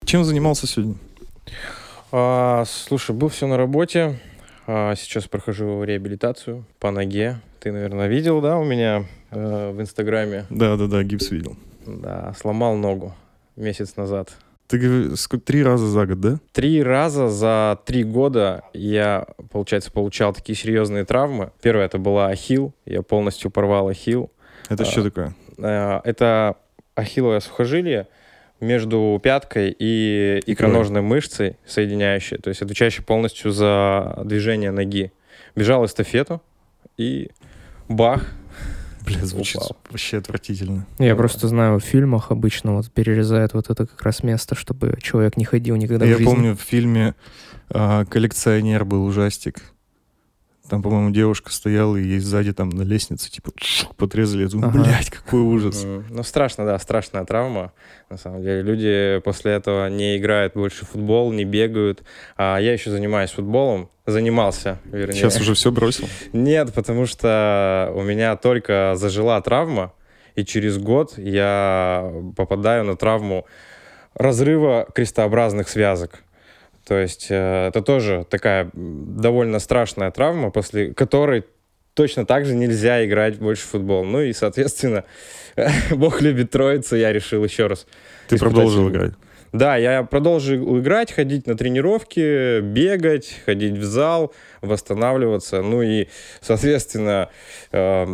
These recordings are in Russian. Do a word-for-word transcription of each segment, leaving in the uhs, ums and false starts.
Чем занимался сегодня? А, слушай, был все на работе. А, сейчас прохожу реабилитацию по ноге. Ты, наверное, видел, да, у меня э, в Инстаграме? Да-да-да, гипс видел. Да, сломал ногу месяц назад. Ты говоришь, сколько, три раза за год, да? Три раза за три года я, получается, получал такие серьезные травмы. Первая это была ахилл. Я полностью порвал ахилл. Это а, что такое? А, это ахилловое сухожилие между пяткой и икроножной мышцей соединяющей, то есть отвечающей полностью за движение ноги. Бежал эстафету и бах. Бля, звучит упал. Вообще отвратительно. Я просто знаю, в фильмах обычно вот перерезают вот это как раз место, чтобы человек не ходил никогда в Я жизни. помню, в фильме а, «Коллекционер» был ужастик. Там, по-моему, девушка стояла, и ей сзади там на лестнице, типа, подрезали. Я думаю, Ага. блядь, какой ужас. Mm. Ну, страшно, да, страшная травма. На самом деле, люди после этого не играют больше в футбол, не бегают. А я еще занимаюсь футболом. Занимался, вернее. Сейчас уже все бросил? Нет, потому что у меня только зажила травма, и через год я попадаю на травму разрыва крестообразных связок. То есть э, это тоже такая довольно страшная травма, после которой точно так же нельзя играть больше в футбол. Ну и, соответственно, Бог любит троицу, я решил еще раз. Ты продолжил играть? Да, я продолжил играть, ходить на тренировки, бегать, ходить в зал, восстанавливаться. Ну и, соответственно, э,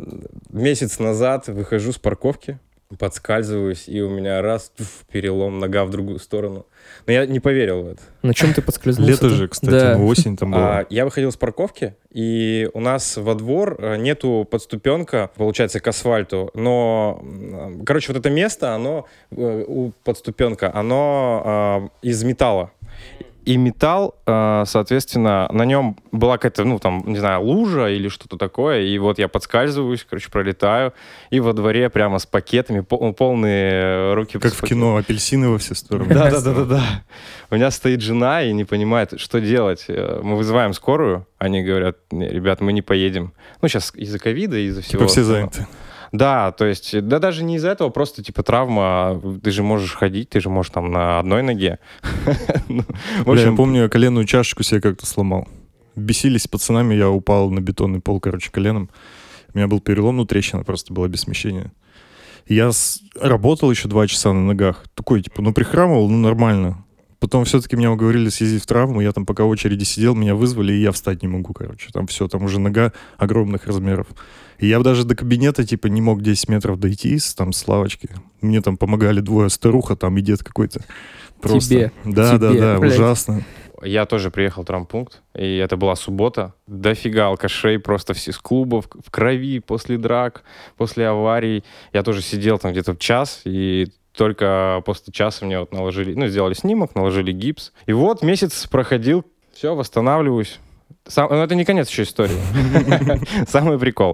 месяц назад выхожу с парковки, подскальзываюсь, и у меня раз, туф, перелом, нога в другую сторону. Но я не поверил в это. На чем ты подскользнулся? Лето же, кстати, да. ну осень там была. А, я выходил с парковки, и у нас во двор нету подступенка, получается, к асфальту. Но, короче, вот это место, оно у подступенка, оно а, из металла. И металл, соответственно, на нем была какая-то, ну, там, не знаю, лужа или что-то такое. И вот я подскальзываюсь, короче, пролетаю. И во дворе прямо с пакетами, пол, полные руки. Как в кино, апельсины во все стороны. Да-да-да-да. У меня стоит жена и не понимает, что делать. Мы вызываем скорую. Они говорят, ребят, мы не поедем. Ну, сейчас из-за ковида, из-за всего. Типа все заняты. Да, то есть, да даже не из-за этого, просто типа травма, ты же можешь ходить, ты же можешь там на одной ноге. В общем, я помню, я коленную чашечку себе как-то сломал. Бесились с пацанами, я упал на бетонный пол, короче, коленом. У меня был перелом, ну трещина просто была без смещения. Я работал еще два часа на ногах. Такой, типа, ну прихрамывал, ну нормально. Потом все-таки меня уговорили съездить в травму, я там пока в очереди сидел, меня вызвали, и я встать не могу, короче. Там все, там уже нога огромных размеров. И я даже до кабинета, типа, не мог десять метров дойти с, там, с лавочки. Мне там помогали двое, старуха там и дед какой-то. Просто. Тебе. Да, Тебе, да, да, блядь. ужасно. Я тоже приехал в травмпункт, и это была суббота. Дофига алкашей, просто все с клубов, в крови, после драк, после аварий. Я тоже сидел там где-то в час, и только после часа мне вот наложили, ну, сделали снимок, наложили гипс. И вот месяц проходил, все, восстанавливаюсь. Сам, ну, это не конец еще истории. Самый прикол.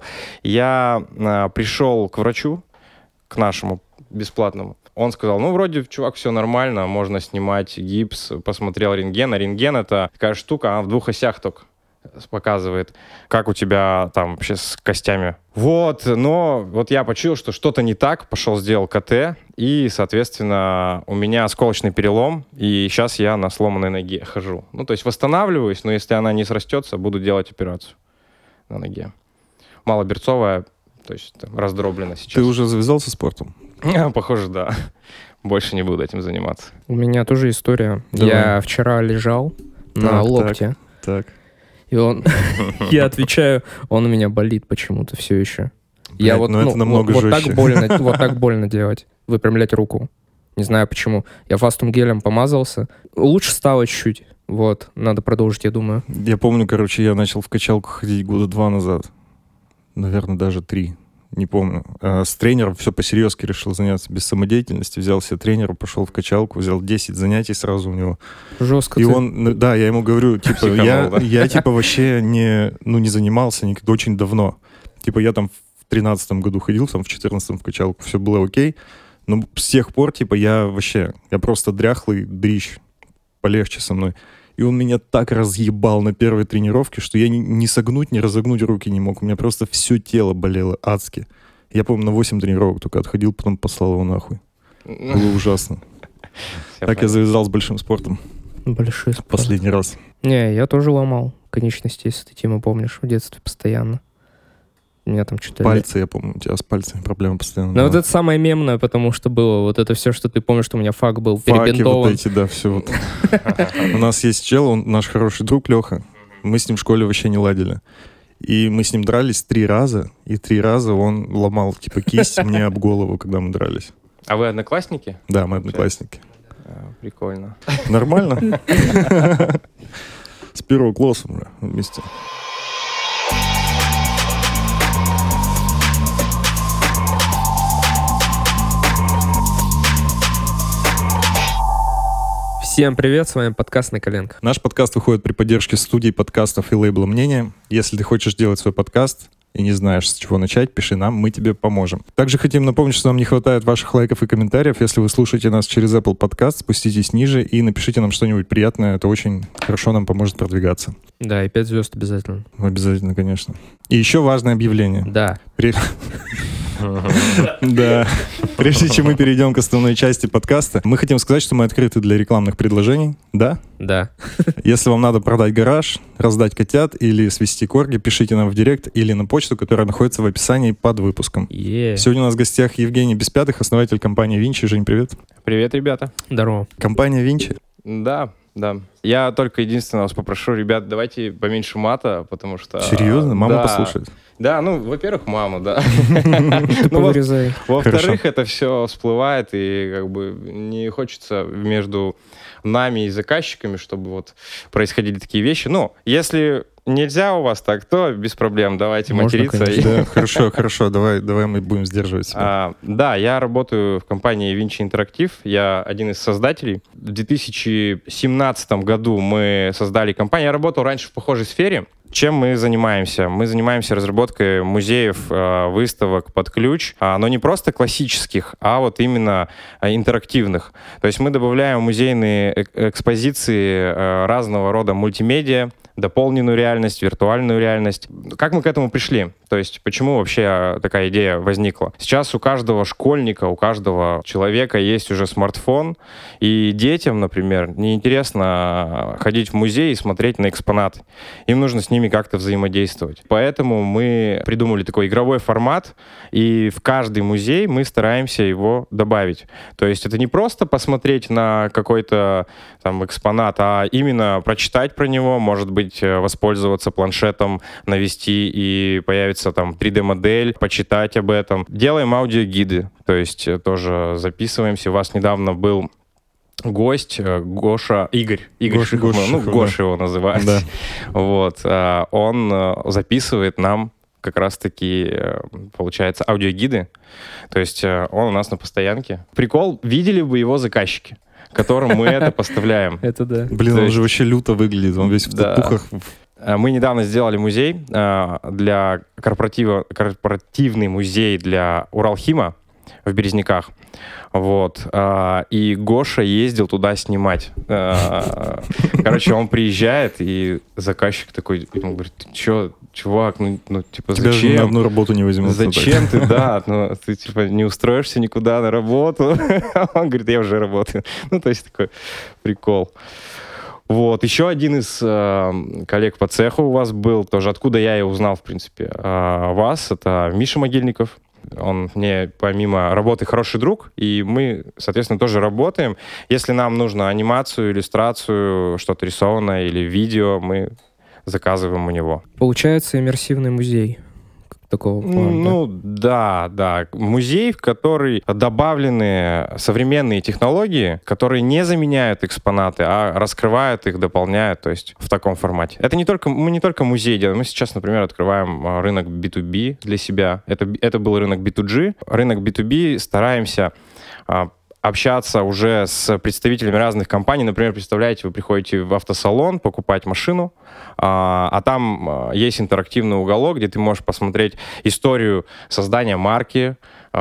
Я а, пришел к врачу, к нашему бесплатному. Он сказал, ну, вроде, чувак, все нормально, можно снимать гипс. Посмотрел рентген. А рентген — это такая штука, она в двух осях только показывает, как у тебя там вообще с костями. Вот, но вот я почуял, что что-то не так, пошел, сделал ка тэ, и, соответственно, у меня осколочный перелом, и сейчас я на сломанной ноге хожу. Ну, то есть восстанавливаюсь, но если она не срастется, буду делать операцию на ноге. Малоберцовая, то есть там, раздроблена сейчас. Ты уже завязался спортом? Похоже, да. Больше не буду этим заниматься. У меня тоже история. Давай. Я вчера лежал на Так, локте, Так. и он... Я отвечаю, он у меня болит почему-то все еще. Я Блядь, вот, ну это ну, намного вот, вот жестче. так больно, вот так больно делать. Выпрямлять руку. Не знаю почему. Я фастум гелем помазался. Лучше стало чуть-чуть. Вот, надо продолжить, я думаю. Я помню, короче, я начал в качалку ходить года два назад. Наверное, даже три. Не помню. А с тренером все по-серьезки решил заняться, без самодеятельности. Взял себе тренера, пошел в качалку, взял десять занятий сразу у него. Жестко И ты. он, ну, да, я ему говорю, типа, Психанул, я, да? я, типа, вообще не, ну, не занимался никогда очень давно. Типа, я там в тринадцатом году ходил, там в четырнадцатом в качалку, все было окей. Но с тех пор, типа, я вообще, я просто дряхлый дрищ, полегче со мной. И он меня так разъебал на первой тренировке, что я ни, ни согнуть, ни разогнуть руки не мог. У меня просто все тело болело адски. Я, помню, на восемь тренировок только отходил, потом послал его нахуй. Было ужасно. Так я завязал с большим спортом. Большой спорт. Последний раз. Не, я тоже ломал конечности, если ты, Тима, помнишь, в детстве постоянно. У меня там что-то... Пальцы, я помню, у тебя с пальцами проблемы постоянно. Ну, вот это самое мемное, потому что было. Вот это все, что ты помнишь, что у меня фак был перебинтован. вот эти, да, все вот. У нас есть чел, он наш хороший друг Леха. Мы с ним в школе вообще не ладили. И мы с ним дрались три раза, и три раза он ломал, типа, кисть мне об голову, когда мы дрались. А вы одноклассники? Да, мы одноклассники. А, прикольно. Нормально? С первого класса мы вместе. Всем привет, с вами подкаст «На коленках». Наш подкаст выходит при поддержке студии подкастов и лейбла «Мнение». Если ты хочешь делать свой подкаст и не знаешь, с чего начать, пиши нам, мы тебе поможем. Также хотим напомнить, что нам не хватает ваших лайков и комментариев. Если вы слушаете нас через Apple Podcast, спуститесь ниже и напишите нам что-нибудь приятное. Это очень хорошо нам поможет продвигаться. Да, и пять звезд обязательно. Обязательно, конечно. И еще важное объявление. Да. При- Да. Прежде чем мы перейдем к основной части подкаста, мы хотим сказать, что мы открыты для рекламных предложений. Да? Да. Если вам надо продать гараж, раздать котят или свести корги, пишите нам в директ или на почту, которая находится в описании под выпуском. Е. Сегодня у нас в гостях Евгений Беспятых, основатель компании Винчи. Жень, привет. Привет, ребята. Здорово. Компания Винчи. Да, да. Я только единственное вас попрошу, ребят, давайте поменьше мата, потому что... Серьезно? Мама да. послушает. Да, ну, во-первых, мама, да. Ты Ну, во- повырезай. Во-вторых, это все всплывает, и как бы не хочется между нами и заказчиками, чтобы вот происходили такие вещи. Ну, если нельзя у вас так, то без проблем, давайте Можно, материться. конечно. Да, хорошо, хорошо. Давай, давай мы будем сдерживать себя. А, да, я работаю в компании Vinci Interactive, я один из создателей. В две тысячи семнадцатом году мы создали компанию. Я работал раньше в похожей сфере. Чем мы занимаемся? Мы занимаемся разработкой музеев, э, выставок под ключ, а, но не просто классических, а вот именно э, интерактивных. То есть мы добавляем в музейные э- экспозиции э, разного рода мультимедиа, дополненную реальность, виртуальную реальность. Как мы к этому пришли? То есть почему вообще такая идея возникла? Сейчас у каждого школьника, у каждого человека есть уже смартфон, и детям, например, неинтересно ходить в музей и смотреть на экспонаты. Им нужно с ними как-то взаимодействовать. Поэтому мы придумали такой игровой формат, и в каждый музей мы стараемся его добавить. То есть это не просто посмотреть на какой-то там экспонат, а именно прочитать про него, может быть, воспользоваться планшетом, навести, и появится там три дэ-модель, почитать об этом. Делаем аудиогиды, то есть тоже записываемся. У вас недавно был гость Гоша, Игорь, Игорь Гоша, Шихов, Гоша ну, Шихов, Гоша да. его называют. Да. Вот, а, он записывает нам как раз-таки, получается, аудиогиды. То есть он у нас на постоянке. Прикол, видели бы его заказчики, которым мы это поставляем. Это да. Блин, то он есть- же вообще люто выглядит. Он весь в Да. татухах. Мы недавно сделали музей э, для корпоратива, корпоративный музей для Уралхима в Березняках. Вот. э, и Гоша ездил туда снимать. Э, короче, он приезжает, и заказчик такой, ему говорит: ты чё, чувак, ну, ну типа, Тебя же зачем? на одну работу не возьмут. Зачем ты, да, ну, ты, типа, не устроишься никуда на работу? Он говорит: я уже работаю. Ну, то есть такой прикол. Вот, еще один из э, коллег по цеху у вас был, тоже откуда я и узнал, в принципе, э, вас, это Миша Могильников. Он мне, помимо работы, хороший друг, и мы, соответственно, тоже работаем. Если нам нужно анимацию, иллюстрацию, что-то рисованное или видео, мы заказываем у него. Получается иммерсивный музей. Такого плана, Ну, да, да. Музей, в который добавлены современные технологии, которые не заменяют экспонаты, а раскрывают их, дополняют, то есть в таком формате. Это не только, мы не только музей делаем. Мы сейчас, например, открываем а, рынок би ту би для себя. Это, это был рынок би ту джи. Рынок би ту би стараемся а, общаться уже с представителями разных компаний. Например, представляете, вы приходите в автосалон покупать машину, а, а там а, есть интерактивный уголок, где ты можешь посмотреть историю создания марки,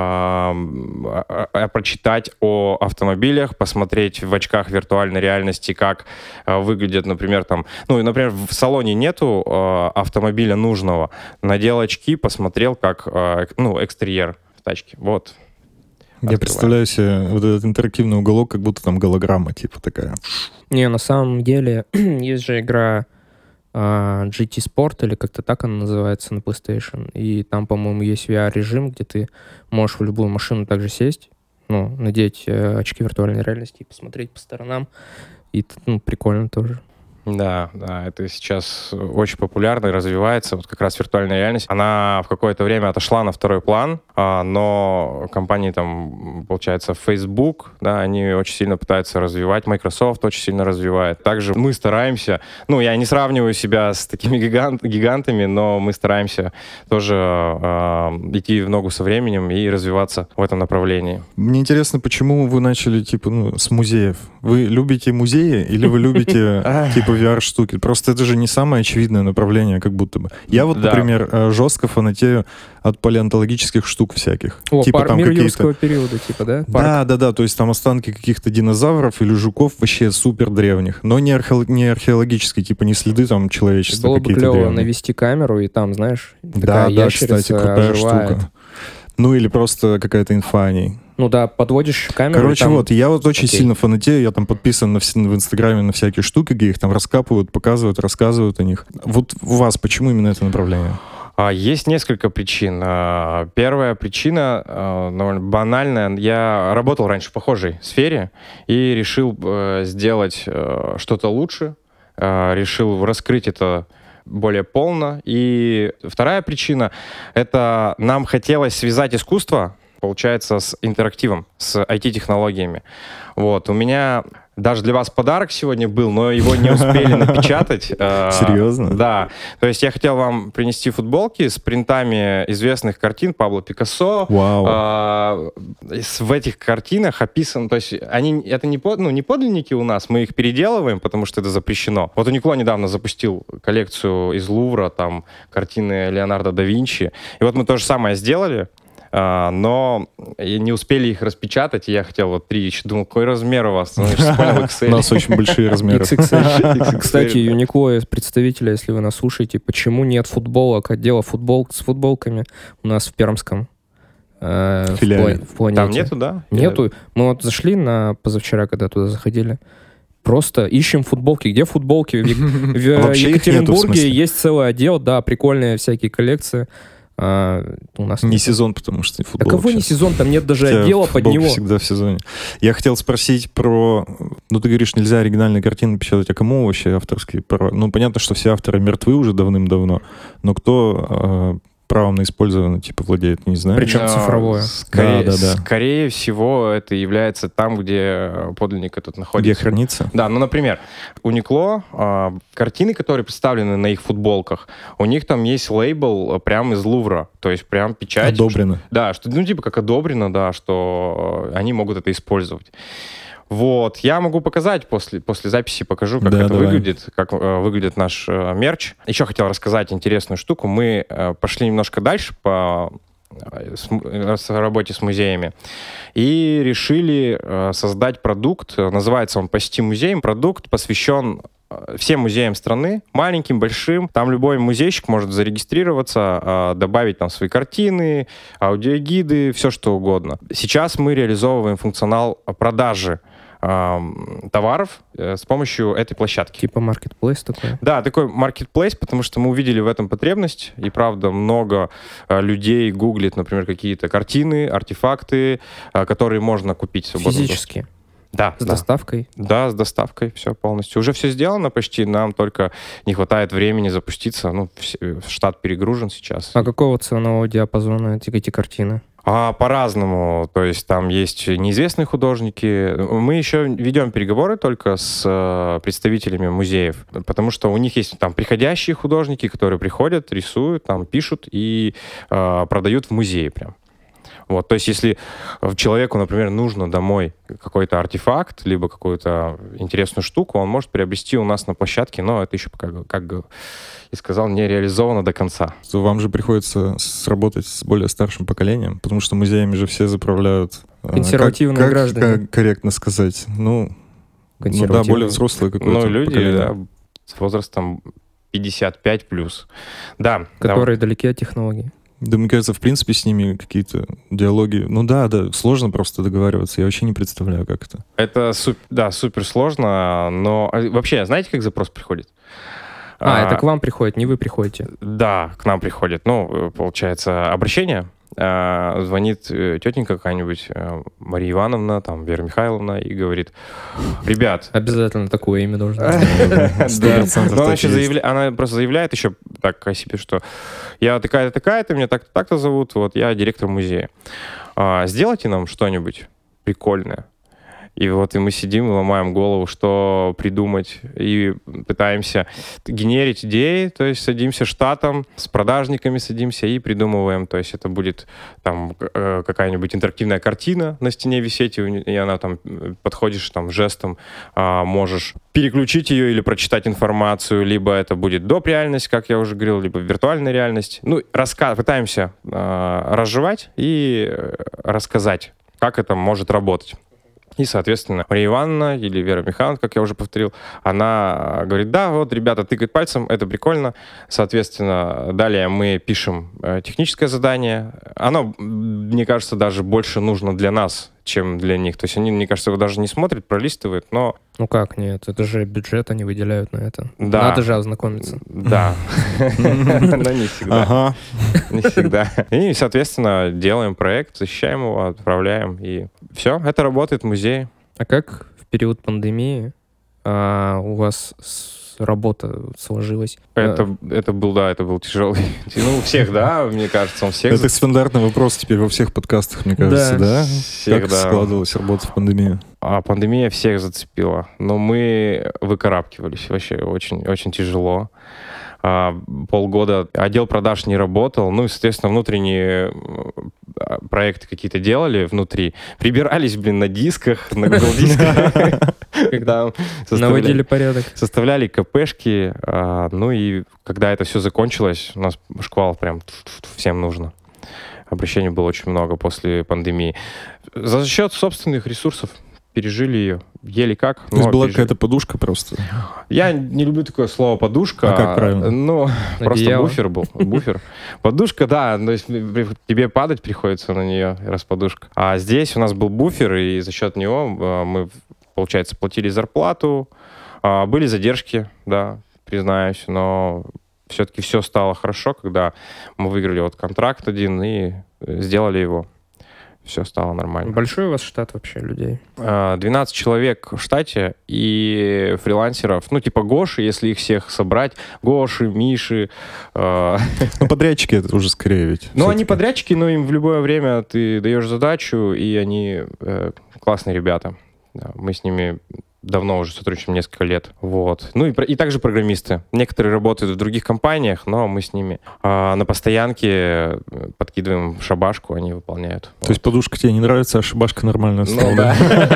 а, а, а, прочитать о автомобилях, посмотреть в очках виртуальной реальности, как а, выглядят, например, там, ну, и, например, в салоне нету а, автомобиля нужного, надел очки, посмотрел, как, а, ну, экстерьер в тачке. Вот. Я представляю себе вот этот интерактивный уголок, как будто там голограмма, типа такая. Не, на самом деле, есть же игра uh, джи ти Sport, или как-то так она называется на PlayStation, и там, по-моему, есть ви ар-режим, где ты можешь в любую машину также сесть, ну, надеть э, очки виртуальной реальности и посмотреть по сторонам, и ну, прикольно тоже. Да, да, это сейчас очень популярно и развивается. Вот как раз виртуальная реальность. Она в какое-то время отошла на второй план, но компании там, получается, Facebook, да, они очень сильно пытаются развивать, Microsoft очень сильно развивает. Также мы стараемся, ну, я не сравниваю себя с такими гигант, гигантами, но мы стараемся тоже э, идти в ногу со временем и развиваться в этом направлении. Мне интересно, почему вы начали, типа, ну, с музеев? Вы любите музеи или вы любите, типа, ви ар-штуки. Просто это же не самое очевидное направление, как будто бы. Я вот, да. например, жестко фанатею от палеонтологических штук всяких. О, типа пар- там мир какие-то... юрского периода, типа, да? Парк. Да, да, да. То есть там останки каких-то динозавров или жуков вообще супер древних. Но не, архе... не археологические, типа не следы там человечества Было какие-то бы клево древние. навести камеру, и там, знаешь, да, такая да, ящерица кстати, крутая оживает. штука. Ну или просто какая-то инфа о ней. Ну да, подводишь камеру. Короче, там... вот, я вот очень Окей. сильно фанатею, я там подписан на вс... в Инстаграме на всякие штуки, где их там раскапывают, показывают, рассказывают о них. Вот у вас почему именно это направление? Есть несколько причин. Первая причина довольно банальная. Я работал раньше в похожей сфере и решил сделать что-то лучше, решил раскрыть это более полно. И вторая причина — это нам хотелось связать искусство, получается, с интерактивом, с ай ти-технологиями. Вот, у меня даже для вас подарок сегодня был, но его не успели напечатать. Серьезно? Да. То есть я хотел вам принести футболки с принтами известных картин Пабло Пикассо. Вау. В этих картинах описано, то есть они, это не, под, ну, не подлинники у нас, мы их переделываем, потому что это запрещено. Вот Уникло недавно запустил коллекцию из Лувра, там картины Леонардо да Винчи. И вот мы то же самое сделали. Uh, но не успели их распечатать, и я хотел вот три, еще думал, какой размер у вас? Ну, я сейчас понял, икс эль. У нас очень большие размеры. икс икс эль. Кстати, Юникло, представителя, если вы нас слушаете, почему нет футболок, отдела футбол с футболками у нас в Пермском э, филиале? В плане, Там нету, да? Нету. Мы вот зашли на позавчера, когда туда заходили, просто ищем футболки. Где футболки? В Екатеринбурге есть целый отдел, да, прикольные всякие коллекции. А, у нас не нет. сезон, потому что футбол. А кого не сезон? Там нет даже Хотя отдела под него. Всегда в сезоне. Я хотел спросить про... Ну, ты говоришь, нельзя оригинальные картины печатать. А кому вообще авторские права? Ну, понятно, что все авторы мертвы уже давным-давно. Но кто э, правом на использование, типа, владеет, не знаю. Причем цифровое. Скорее, да, да, да. скорее всего, это является там, где подлинник этот находится. Где хранится? Да, ну, например, Уникло, э, картины, которые представлены на их футболках, у них там есть лейбл прямо из Лувра, то есть прям печать. Одобрено. Что, да, что, ну, типа, как одобрено, да, что они могут это использовать. Вот, я могу показать после, после записи, покажу, как да, это давай. выглядит, как э, выглядит наш э, мерч. Еще хотел рассказать интересную штуку. Мы э, пошли немножко дальше по э, с, с работе с музеями и решили э, создать продукт. Называется он «Посети музей». Продукт посвящен всем музеям страны, маленьким, большим. Там любой музейщик может зарегистрироваться, добавить там свои картины, аудиогиды, все что угодно. Сейчас мы реализовываем функционал продажи товаров с помощью этой площадки. Типа маркетплейс такой? Да, такой маркетплейс, потому что мы увидели в этом потребность, и правда много людей гуглит, например, какие-то картины, артефакты, которые можно купить свободно. Физически? Да. С да. доставкой? Да, с доставкой все полностью. Уже все сделано почти, нам только не хватает времени запуститься. Ну, штат перегружен сейчас. А какого ценового диапазона эти, эти картины? А по-разному. То есть там есть неизвестные художники. Мы еще ведем переговоры только с представителями музеев, потому что у них есть там приходящие художники, которые приходят, рисуют, там пишут и э, продают в музее прям. Вот, то есть, если человеку, например, нужно домой какой-то артефакт, либо какую-то интересную штуку, он может приобрести у нас на площадке, но это еще, как, как и сказал, не реализовано до конца. Вам же приходится сработать с более старшим поколением, потому что музеями же все заправляют... Консервативные как, граждане. Как корректно сказать? Ну, ну да, более взрослые какое-то Ну, люди, поколение. да, с возрастом пятьдесят пять плюс. Да. Которые да. далеки от технологий. Да, мне кажется, в принципе, с ними какие-то диалоги... Ну да, да, сложно просто договариваться. Я вообще не представляю, как это. Это, суп- да, супер сложно, но а, вообще, знаете, как запрос приходит? А, а, это к вам приходит, не вы приходите? Да, к нам приходит. Ну, получается, обращение. А, звонит тетенька какая-нибудь, Мария Ивановна, там, Вера Михайловна, и говорит: ребят... Обязательно такое имя должно быть. Она просто заявляет еще так о себе, что я такая-то, такая-то, меня так-то, так-то зовут, вот, я директор музея. Сделайте нам что-нибудь прикольное. И вот и мы сидим и ломаем голову, что придумать, и пытаемся генерить идеи, то есть садимся штатом, с продажниками садимся и придумываем, то есть это будет там какая-нибудь интерактивная картина на стене висеть, и она там, подходишь там жестом, можешь переключить ее или прочитать информацию, либо это будет доп. Реальность, как я уже говорил, либо виртуальная реальность. Ну, раска- пытаемся разжевать и рассказать, как это может работать. И, соответственно, Мария Ивановна или Вера Михайловна, как я уже повторил, она говорит: да, вот, ребята, тыкают пальцем, это прикольно. Соответственно, далее мы пишем техническое задание. Оно, мне кажется, даже больше нужно для нас, чем для них. То есть они, мне кажется, его даже не смотрят, пролистывают, но... Ну как нет? Это же бюджет они выделяют на это. Да. Надо же ознакомиться. Да. Но не всегда. Ага. Не всегда. И, соответственно, делаем проект, защищаем его, отправляем, и все. Это работает в музее. А как в период пандемии а, у вас работа сложилась? Это, это был, да, это был тяжелый. Ну, у всех, да, мне кажется, он всех... Это стандартный вопрос теперь во всех подкастах, мне кажется, да? да? Всех, как да. складывалась работа в пандемию? А пандемия всех зацепила. Но мы выкарабкивались вообще очень, очень тяжело. А, полгода отдел продаж не работал. Ну и, соответственно, внутренние проекты какие-то делали внутри. Прибирались, блин, на дисках, на Google дисках. Когда наводили порядок. Составляли КПшки. Ну и когда это все закончилось, у нас шквал прям всем нужно. Обращений было очень много после пандемии. За счет собственных ресурсов пережили ее. Еле как. То есть была пережили. Какая-то подушка просто? Я не люблю такое слово подушка. А как правильно? Ну, просто буфер был. Буфер. Подушка, да, то есть тебе падать приходится на нее, раз подушка. А здесь у нас был буфер, и за счет него мы, получается, платили зарплату. Были задержки, да, признаюсь, но все-таки все стало хорошо, когда мы выиграли вот контракт один и сделали его. Все стало нормально. Большой у вас штат вообще людей? двенадцать человек в штате и фрилансеров, ну, типа Гоши, если их всех собрать. Гоши, Миши. Ну, подрядчики это уже скорее ведь. Ну, они подрядчики, но им в любое время ты даешь задачу, и они э, классные ребята. Мы с ними давно уже сотрудничаем, несколько лет. Вот. Ну и, и также программисты. Некоторые работают в других компаниях, но мы с ними а, на постоянке подкидываем шабашку, они выполняют. То вот. Есть подушка тебе не нравится, а шабашка нормальная стала? Ну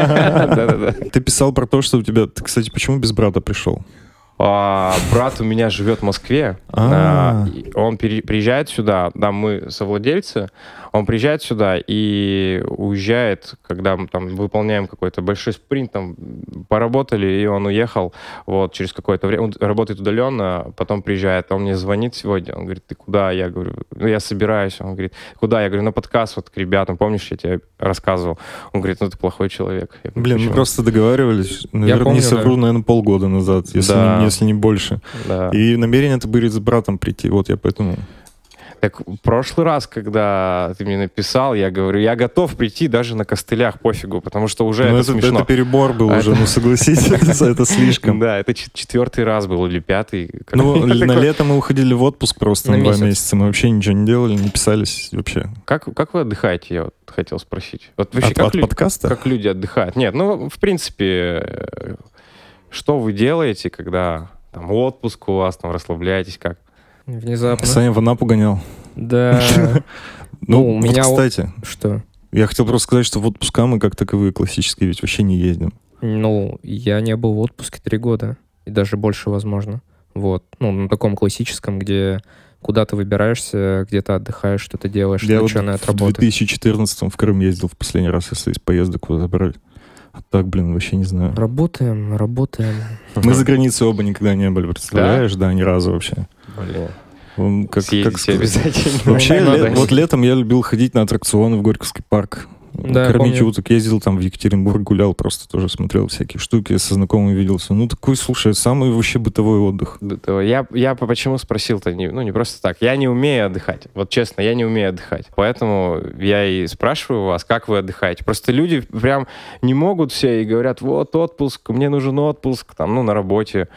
да. Ты писал про то, что у тебя... Ты, кстати, почему без брата пришел? А, брат у меня живет в Москве. А, он пере, приезжает сюда, да, мы совладельцы. Он приезжает сюда и уезжает, когда мы там выполняем какой-то большой спринт, там поработали, и он уехал. Вот, через какое-то время. Он работает удаленно, потом приезжает. Он мне звонит сегодня, он говорит: ты куда? Я говорю: ну, я собираюсь. Он говорит: куда? Я говорю: на подкаст вот к ребятам. Помнишь, я тебе рассказывал? Он говорит: ну, ты плохой человек. Я говорю: блин, почему? мы просто договаривались. Наверное, помню, не совру, да. наверное, полгода назад, если, да. не, если не больше. Да. И намерение это были с братом прийти. Вот я поэтому... Так в прошлый раз, когда ты мне написал, я говорю, я готов прийти даже на костылях, пофигу, потому что уже это, это смешно. Это перебор был а уже, это... ну согласитесь, это слишком. Да, это четвертый раз был или пятый. Ну, на лето мы уходили в отпуск просто на два месяца, мы вообще ничего не делали, не писались вообще. Как вы отдыхаете, я вот хотел спросить. Вот вообще от подкаста? Как люди отдыхают? Нет, ну, в принципе, что вы делаете, когда там отпуск у вас, там расслабляетесь, как? Внезапно. Саня в Анапу гонял. Да. Ну, у меня... Кстати. Что? Я хотел просто сказать, что в отпуска мы как таковые классические ведь вообще не ездим. Ну, я не был в отпуске три года. И даже больше, возможно. Вот. Ну, на таком классическом, где куда ты выбираешься, где ты отдыхаешь, что ты делаешь, начиная от работы. Я в две тысячи четырнадцатом в Крым ездил в последний раз, если из поездок куда-то брать. А так, блин, вообще не знаю. Работаем, работаем. Мы за границей оба никогда не были, представляешь? Да, да ни разу вообще. Блин. Он как, как Съездите обязательно. Вообще, Надо. ле- вот летом я любил ходить на аттракционы в Горьковский парк. Да, я Кормить помню. уток. Ездил там в Екатеринбург, гулял, просто тоже смотрел всякие штуки, со знакомыми виделся. Ну, такой, слушай, самый вообще бытовой отдых. Да, Я, я по- почему спросил-то? Не, ну, не просто так. Я не умею отдыхать. Вот честно, я не умею отдыхать. Поэтому я и спрашиваю вас, как вы отдыхаете. Просто люди прям не могут все и говорят, вот отпуск, мне нужен отпуск, там, ну, на работе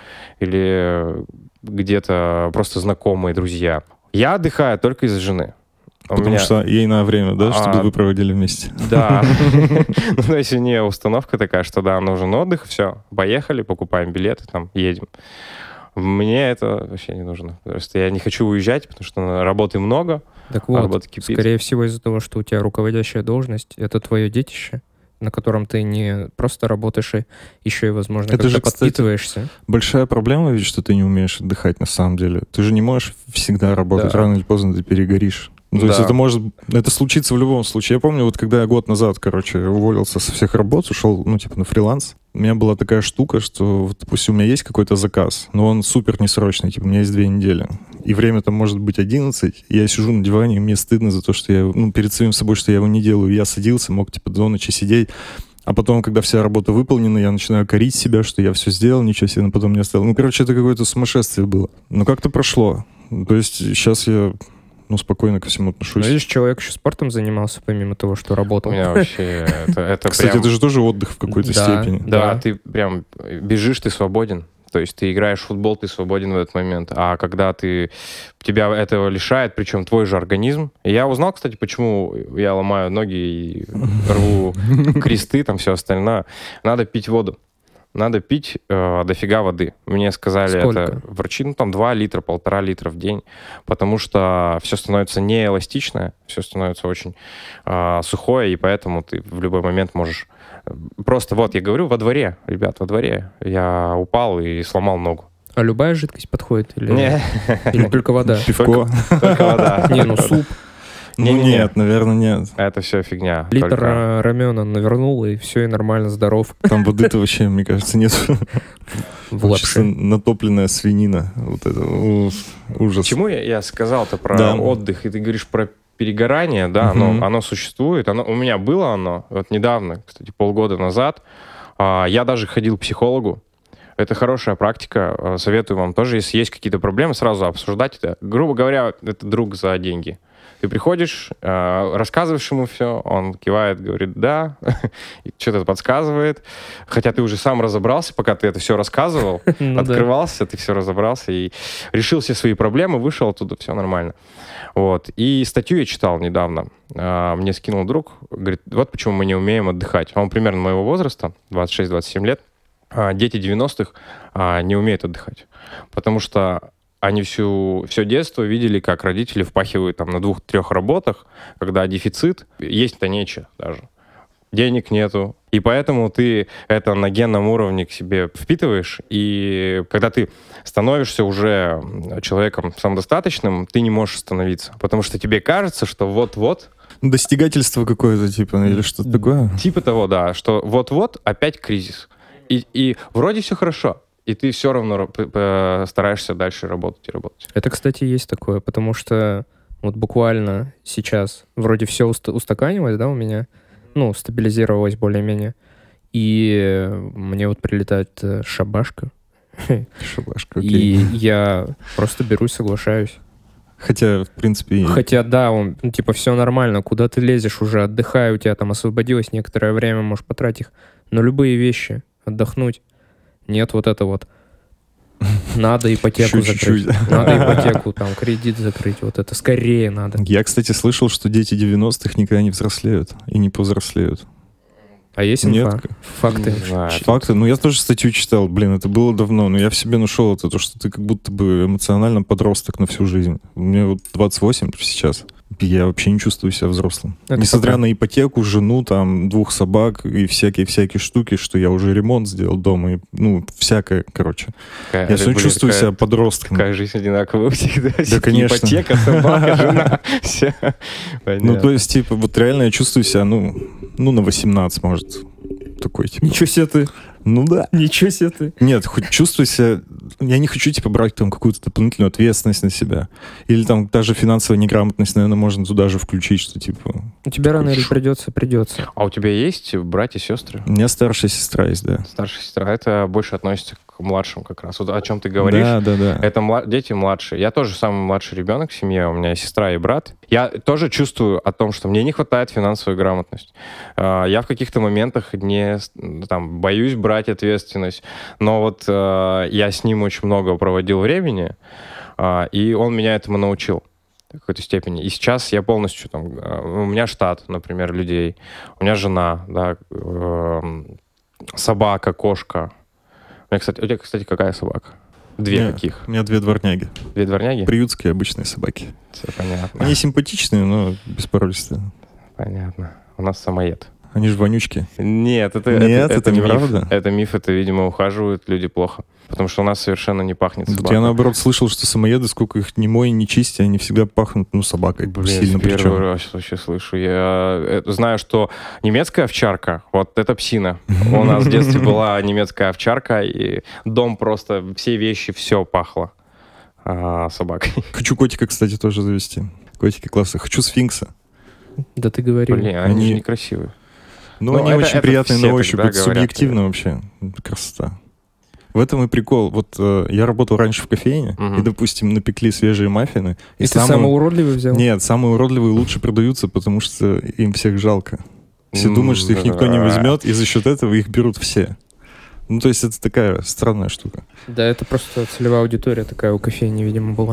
или где-то просто знакомые, друзья. Я отдыхаю только из-за жены. У Потому меня- что ей на время, да, чтобы А, вы проводили вместе. Да. Ну, то есть у нее установка такая, что да, нужен отдых, все, поехали, покупаем билеты, там, едем. Мне это вообще не нужно. Просто я не хочу уезжать, потому что работы много, Так а вот, работа кипит. скорее всего из-за того, что у тебя руководящая должность, это твое детище, на котором ты не просто работаешь, и еще и, возможно, Это как-то же, кстати, подпитываешься. Большая проблема ведь, что ты не умеешь отдыхать на самом деле. Ты же не можешь всегда работать, Да. рано или поздно ты перегоришь. Ну, то есть Да. это может, это случится в любом случае. Я помню, вот когда я год назад, короче, уволился со всех работ, ушел, ну, типа, на фриланс, у меня была такая штука, что, вот, допустим, у меня есть какой-то заказ, но он супер несрочный, типа, у меня есть две недели, и время там может быть одиннадцать, и я сижу на диване, и мне стыдно за то, что я, ну, перед самим собой, что я его не делаю. Я садился, мог, типа, до ночи сидеть, а потом, когда вся работа выполнена, я начинаю корить себя, что я все сделал, ничего себе, но потом не оставил. Ну, короче, это какое-то сумасшествие было. Но как-то прошло. То есть сейчас я, ну, спокойно ко всему Ну, отношусь. видишь, человек еще спортом занимался, помимо того, что У работал. меня вообще это, это Кстати, прям... это же тоже отдых в какой-то Да. степени. Да, Да. ты прям бежишь, ты свободен. То есть ты играешь в футбол, ты свободен в этот момент. А когда ты тебя этого лишает, причем твой же организм. И я узнал, кстати, почему я ломаю ноги и рву кресты, там все остальное. Надо пить воду. Надо пить э, дофига воды. Мне сказали Сколько? это врачи, ну там два литра, полтора литра в день, потому что все становится неэластичное, все становится очень э, сухое, и поэтому ты в любой момент можешь... Просто вот, я говорю, во дворе, ребят, во дворе я упал и сломал ногу. А любая жидкость подходит? Или, Не, или только вода? Пивко. только вода. Не, ну суп. Ну Не-не-не. нет, наверное, нет. Это все фигня. Литр только- а, рамена навернул, и все, и нормально, здоров. Там воды-то вообще, мне кажется, нет. В Хочется лапше. натопленная свинина. Вот это у- ужас. Почему я, я сказал-то про Да. отдых, и ты говоришь про перегорание, да, Мгм. оно, оно существует, оно, у меня было оно, вот недавно, кстати, полгода назад, а, я даже ходил к психологу, это хорошая практика, а, советую вам тоже, если есть какие-то проблемы, сразу обсуждать это. Грубо говоря, это друг за деньги. Ты приходишь, а, рассказываешь ему все, он кивает, говорит «да», и что-то подсказывает, хотя ты уже сам разобрался, пока ты это все рассказывал, Ну да. открывался, ты все разобрался и решил все свои проблемы, вышел оттуда, все нормально. Вот. И статью я читал недавно. А, Мне скинул друг, говорит, вот почему мы не умеем отдыхать. Он примерно моего возраста, двадцать шесть двадцать семь лет. А, Дети девяностых а, не умеют отдыхать, потому что они всю, все детство видели, как родители впахивают там на двух-трех работах, когда дефицит, есть-то нечего даже. Денег нету. И поэтому ты это на генном уровне к себе впитываешь. И когда ты становишься уже человеком самодостаточным, ты не можешь остановиться. Потому что тебе кажется, что вот-вот, Достигательство какое-то, типа, или что-то такое. типа того, да, что вот-вот опять кризис. И, и вроде все хорошо. И ты все равно ра- п- п- стараешься дальше работать и работать. Это, кстати, есть такое, потому что вот буквально сейчас вроде все устаканилось, да, у меня, ну, стабилизировалось более-менее, и мне вот прилетает э, шабашка, Шабашка, и окей. я просто берусь, соглашаюсь. Хотя, в принципе, и- Хотя, да, он, ну, типа, все нормально, куда ты лезешь уже, отдыхай, у тебя там освободилось некоторое время, можешь потратить их на любые вещи, отдохнуть. Нет, вот это вот. Надо ипотеку Еще закрыть. чуть-чуть. Надо ипотеку, там, кредит закрыть. Вот это скорее надо. Я, кстати, слышал, что дети девяностых никогда не взрослеют и не повзрослеют. А есть Нет, инфа? Факты? Не знаю. Факты. Ну, я тоже статью читал, блин, это было давно, но я в себе нашел это, то, что ты как будто бы эмоционально подросток на всю жизнь. Мне вот двадцать восемь сейчас. Я вообще не чувствую себя взрослым. Это Несмотря пока. на ипотеку, жену, там, двух собак и всякие-всякие штуки, что я уже ремонт сделал дома, и, ну, всякое, короче. Такая, Я все блин, чувствую такая- себя подростком. Такая жизнь одинаковая у всех, да? Все-таки конечно. ипотека, собака, жена, все. Ну, то есть, типа, вот реально я чувствую себя, ну, ну на восемнадцать, может, такой, типа. Ничего себе ты. Ну да. Ничего себе ты. Нет, хоть чувствую себя я не хочу, типа, брать там какую-то дополнительную ответственность на себя. Или там даже финансовая неграмотность, наверное, можно туда же включить, что, типа... У тебя рано или придется, придется. А у тебя есть братья, сестры? У меня старшая сестра есть, да. Старшая сестра. Это больше относится к младшим как раз. Вот о чем ты говоришь. Да, да, да. Это мла- дети младшие. Я тоже самый младший ребенок в семье. У меня сестра и брат. Я тоже чувствую о том, что мне не хватает финансовой грамотности. Я в каких-то моментах не там, боюсь брать ответственность. Но вот я с ним очень много проводил времени, и он меня этому научил в какой-то степени. И сейчас я полностью там... У меня штат, например, людей. У меня жена, да, собака, кошка. У меня, кстати, у тебя, кстати, какая собака? Две Нет, каких? У меня две дворняги. Две дворняги? Приютские обычные собаки. Все понятно. Они симпатичные, но беспородистые. Понятно. У нас самоед. Они же вонючки. Нет, это, Нет, это, это миф. неправда. Это миф, это, видимо, ухаживают люди плохо. Потому что у нас совершенно не пахнет Вот собакой. я, наоборот, слышал, что самоеды, сколько их не мой, не чисти, они всегда пахнут, ну, собакой. Блин, сильно первый причем. раз вообще слышу. Я э, знаю, что немецкая овчарка, вот это псина. У нас в детстве была немецкая овчарка, и дом просто, все вещи, все пахло а, собакой. Хочу котика, кстати, тоже завести. Котики классные. Хочу сфинкса. Да ты говорил. Блин, они, Они- же некрасивые. Ну, Ну, они это- очень это приятные все на так, ощупь. да, Это говорят. субъективно вообще. Это красота. В этом и прикол. Вот э, я работал раньше в кофейне, Мгм. и, допустим, напекли свежие маффины. И, ты самый уродливый взял? Нет, самые уродливые лучше продаются, потому что им всех жалко. Все М, думают, что их никто не да. возьмет, и за счет этого их берут все. Ну, то есть это такая странная штука. Да, это просто целевая аудитория такая у кофейни, видимо, была.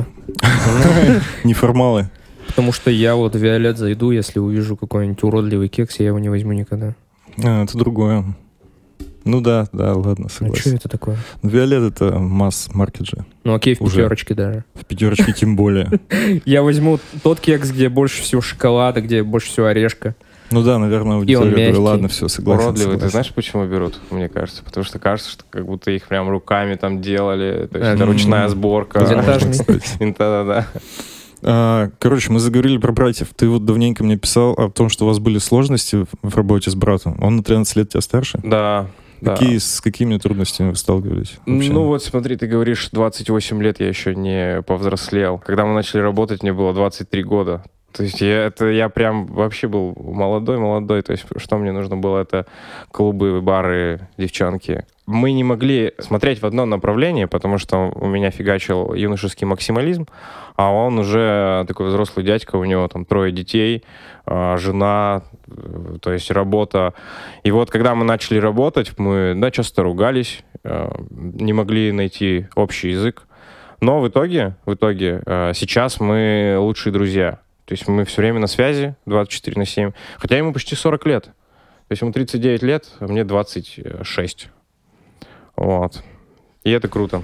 Неформалы. Потому что я вот в Виолет зайду, если увижу какой-нибудь уродливый кекс, я его не возьму никогда. А, это другое. Ну да, да, ладно, Ну, что согласен. это такое? Ну, Виолет — это масс-маркет же. Ну, окей, в Уже. пятерочке даже. В пятерочке тем более. Я возьму тот кекс, где больше всего шоколада, где больше всего орешка. Ну да, наверное, аудитория мягкий. говорит, ладно, все, согласен. Уродливые, ты согласен. знаешь, почему берут, мне кажется? Потому что кажется, что как будто их прям руками там делали. То есть А, это ну, ручная сборка. Винтажный. Кстати. Да-да-да. А, Короче, мы заговорили про братьев. Ты вот давненько мне писал о том, что у вас были сложности в- в работе с братом. Он на тринадцать лет тебя старше? Да. да. Какие, с какими трудностями вы сталкивались? вообще? Ну вот смотри, ты говоришь, двадцать восемь лет я еще не повзрослел. Когда мы начали работать, мне было двадцать три года. То есть я, это, я прям вообще был молодой-молодой. То есть что мне нужно было, это клубы, бары, девчонки. Мы не могли смотреть в одно направление, потому что у меня фигачил юношеский максимализм, а он уже такой взрослый дядька, у него там трое детей, а, жена, э, то есть работа. И вот когда мы начали работать, мы, да, часто ругались, э, не могли найти общий язык. Но в итоге, в итоге э, сейчас мы лучшие друзья. То есть мы все время на связи, двадцать четыре на семь. Хотя ему почти сорок лет. То есть ему тридцать девять лет, а мне двадцать шесть. Вот. И это круто.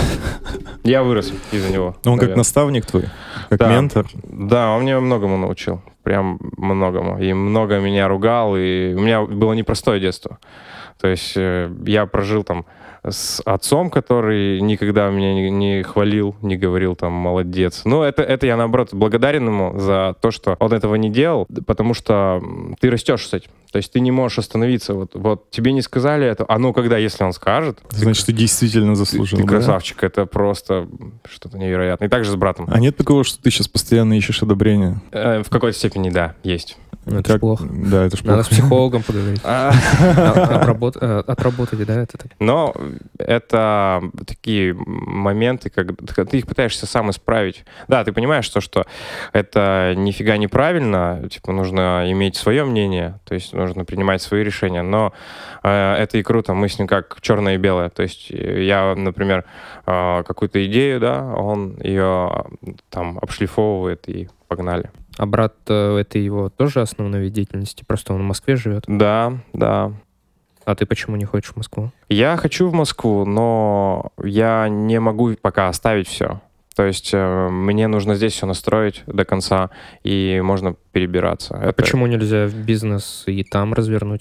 Я вырос из-за него. Он как наверное. наставник твой? Как Да. ментор? Да, он меня многому научил. Прям многому. И много меня ругал. И у меня было непростое детство. То есть э, я прожил там с отцом, который никогда меня не, не хвалил, не говорил там «молодец». Ну, это, это я, наоборот, благодарен ему за то, что он этого не делал, потому что м, ты растешь с этим. То есть ты не можешь остановиться. Вот, вот тебе не сказали это, а ну когда, если он скажет... Значит, ты действительно ты, заслужил, ты да? красавчик. Это просто что-то невероятное. И также с братом. А нет такого, что ты сейчас постоянно ищешь одобрения? Э, в какой-то степени, да, есть. Ну, это ж Как- плохо. Да, это ж Надо плохо. с психологом поговорить. А, А- обработ- э, Отработать, да, это так. Но это такие моменты, когда ты их пытаешься сам исправить. Да, ты понимаешь, что, что это нифига неправильно, типа нужно иметь свое мнение, то есть нужно принимать свои решения, но э, это и круто, мы с ним как черное и белое. То есть я, например, э, какую-то идею, да, он ее там обшлифовывает и погнали. А брат, э, это его тоже основной вид деятельности? Просто он в Москве живет. Да, да. А ты почему не хочешь в Москву? Я хочу в Москву, но я не могу пока оставить все. То есть э, мне нужно здесь все настроить до конца, и можно перебираться. А почему нельзя в бизнес и там развернуть?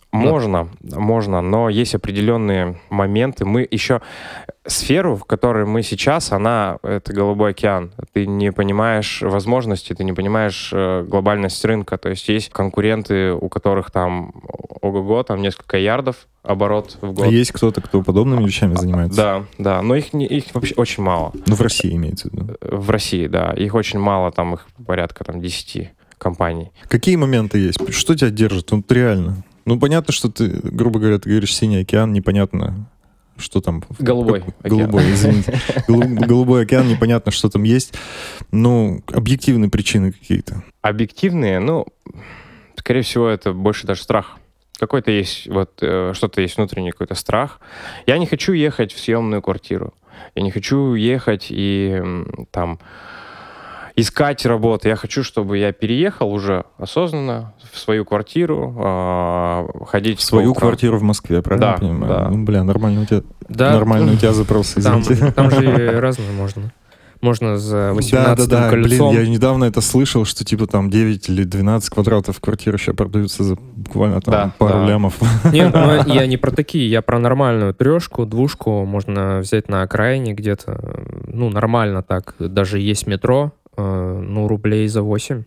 Можно, можно, но есть определенные моменты. Мы еще... Сферу, в которой мы сейчас, она... Это голубой океан. Ты не понимаешь возможности, ты не понимаешь э, глобальность рынка. То есть есть конкуренты, у которых там ого-го, там несколько ярдов оборот в год. А есть кто-то, кто подобными вещами занимается? Да, да, но их, не, их вообще очень мало. Ну, в России имеется в виду. В России, да. Их очень мало, там их порядка там, десять компаний. Какие моменты есть? Что тебя держит? Ну, реально. Ну, понятно, что ты, грубо говоря, ты говоришь «синий океан», непонятно, что там. Голубой как, Голубой, извините. Голубой океан, непонятно, что там есть. Ну, объективные причины какие-то. Объективные? Ну, скорее всего, это больше даже страх. Какой-то есть, вот, э, что-то есть внутренний какой-то страх. Я не хочу ехать в съемную квартиру. Я не хочу ехать и там искать работу. Я хочу, чтобы я переехал уже осознанно в свою квартиру, э, ходить... В свою квартиру в Москве, правильно да, я понимаю? Да. Ну, бля, нормально у тебя, да. нормально у тебя запрос, извините. Там, там же разные можно. Можно за восемнадцатым да, да, да. кольцом. Блин, я недавно это слышал, что типа там девять или двенадцать квадратов квартиры сейчас продаются за буквально там да, пару да. лямов. Нет, ну, я не про такие, я про нормальную трешку, двушку можно взять на окраине где-то, ну, нормально так. Даже есть метро, э, ну, рублей за восемь.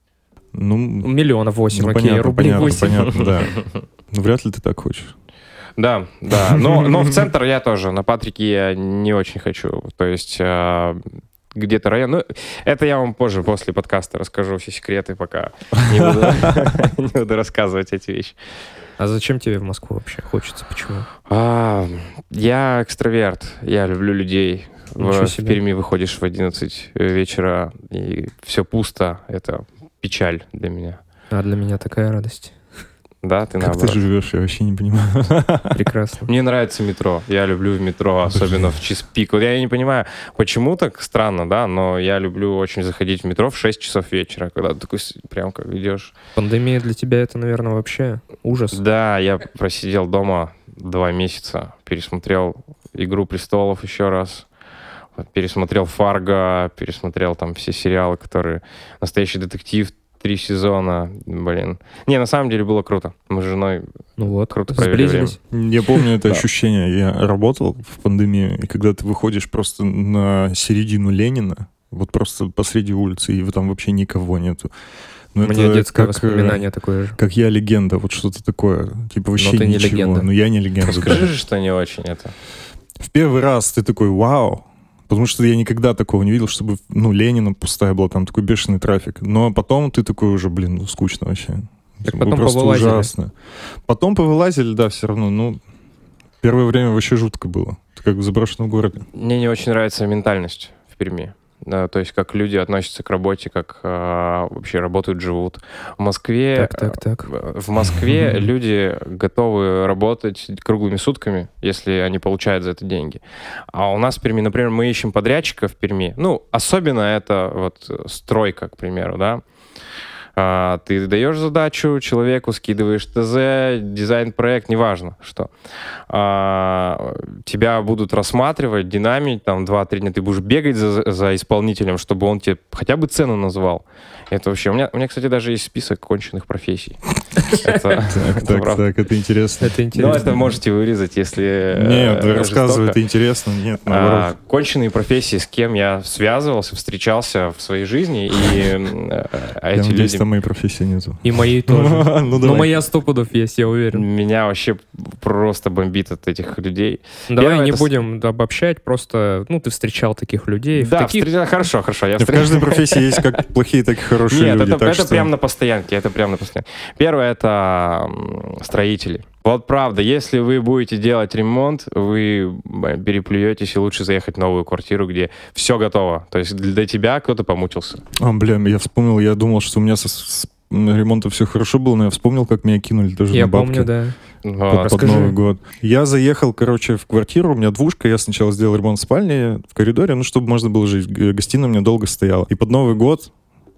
Ну, миллионов восемь, ну, окей, понятно, рублей понятно, восемь. понятно, да. Ну, вряд ли ты так хочешь. Да, да. Но, но в центр я тоже. На Патрике я не очень хочу. То есть э, где-то район. Ну, это я вам позже, после подкаста расскажу все секреты, пока не буду, не буду рассказывать эти вещи. А зачем тебе в Москву вообще хочется? Почему? А, я экстраверт. Я люблю людей. В, в Перми выходишь в одиннадцать вечера, и все пусто. Это печаль для меня. А для меня такая радость. Да, ты как наоборот. ты живешь, я вообще не понимаю. Прекрасно. Мне нравится метро. Я люблю в метро, особенно в час пик. Вот я не понимаю, почему так странно, да, но я люблю очень заходить в метро в шесть часов вечера, когда ты такой прям как идешь. Пандемия для тебя это, наверное, вообще ужас. Да, я просидел дома два месяца, пересмотрел «Игру престолов» еще раз, пересмотрел «Фарго», пересмотрел там все сериалы, которые... «Настоящий детектив», три сезона, блин. Не, на самом деле было круто. Мы с женой ну вот, круто провели время. Я помню это ощущение. Я работал в пандемию, и когда ты выходишь просто на середину Ленина, вот просто посреди улицы, и там вообще никого нету. Ну, У меня детское как, воспоминание такое же. Как я легенда, вот что-то такое. Типа вообще Но ты ничего. Не легенда. Ну я не легенда. Скажи же, что не очень это. В первый раз ты такой, вау. Потому что я никогда такого не видел, чтобы, ну, Ленина пустая была, там такой бешеный трафик. Но потом ты такой уже, блин, ну, скучно вообще. Так потом просто повылазили. Ужасно. Потом повылазили, да, все равно, ну, первое время вообще жутко было. Это как в заброшенном городе. Мне не очень нравится ментальность в Перми. Да, то есть как люди относятся к работе, как э, вообще работают, живут. В Москве, так, так, так. В Москве люди готовы работать круглыми сутками, если они получают за это деньги. А у нас в Перми, например, мы ищем подрядчика в Перми. Ну, особенно это вот стройка, к примеру, да. А, ты даешь задачу человеку, скидываешь ТЗ, дизайн-проект, неважно что. А, тебя будут рассматривать, динамить, там, два-три дня ты будешь бегать за, за исполнителем, чтобы он тебе хотя бы цену назвал. Это вообще... У меня, у меня, кстати, даже есть список конченых профессий. Так, так, так, это интересно. Это интересно. Ну, это можете вырезать, если... Нет, рассказывай, это интересно. Нет, наоборот. Конченые профессии, с кем я связывался, встречался в своей жизни, и эти люди... Там моей профессии нету. И моей тоже. ну, Но моя сто пудов есть, я уверен. Меня вообще просто бомбит от этих людей. Давай Первое, не это... будем обобщать, просто, ну, ты встречал таких людей. Да, таких... встретил... хорошо, хорошо. Я в каждой профессии есть как плохие, так и хорошие Нет, люди. это, так это что... прям на постоянке, это прям на постоянке. Первое — это строители. Вот правда, если вы будете делать ремонт, вы переплюетесь, и лучше заехать в новую квартиру, где все готово. То есть для тебя кто-то помучился. А, бля, я вспомнил, я думал, что у меня со, с ремонтом все хорошо было, но я вспомнил, как меня кинули тоже я на бабки. Я помню, да. Вот. Под, под Новый год. Я заехал, короче, в квартиру, у меня двушка, я сначала сделал ремонт в спальне, в коридоре, ну, чтобы можно было жить. Гостиная у меня долго стояла. И под Новый год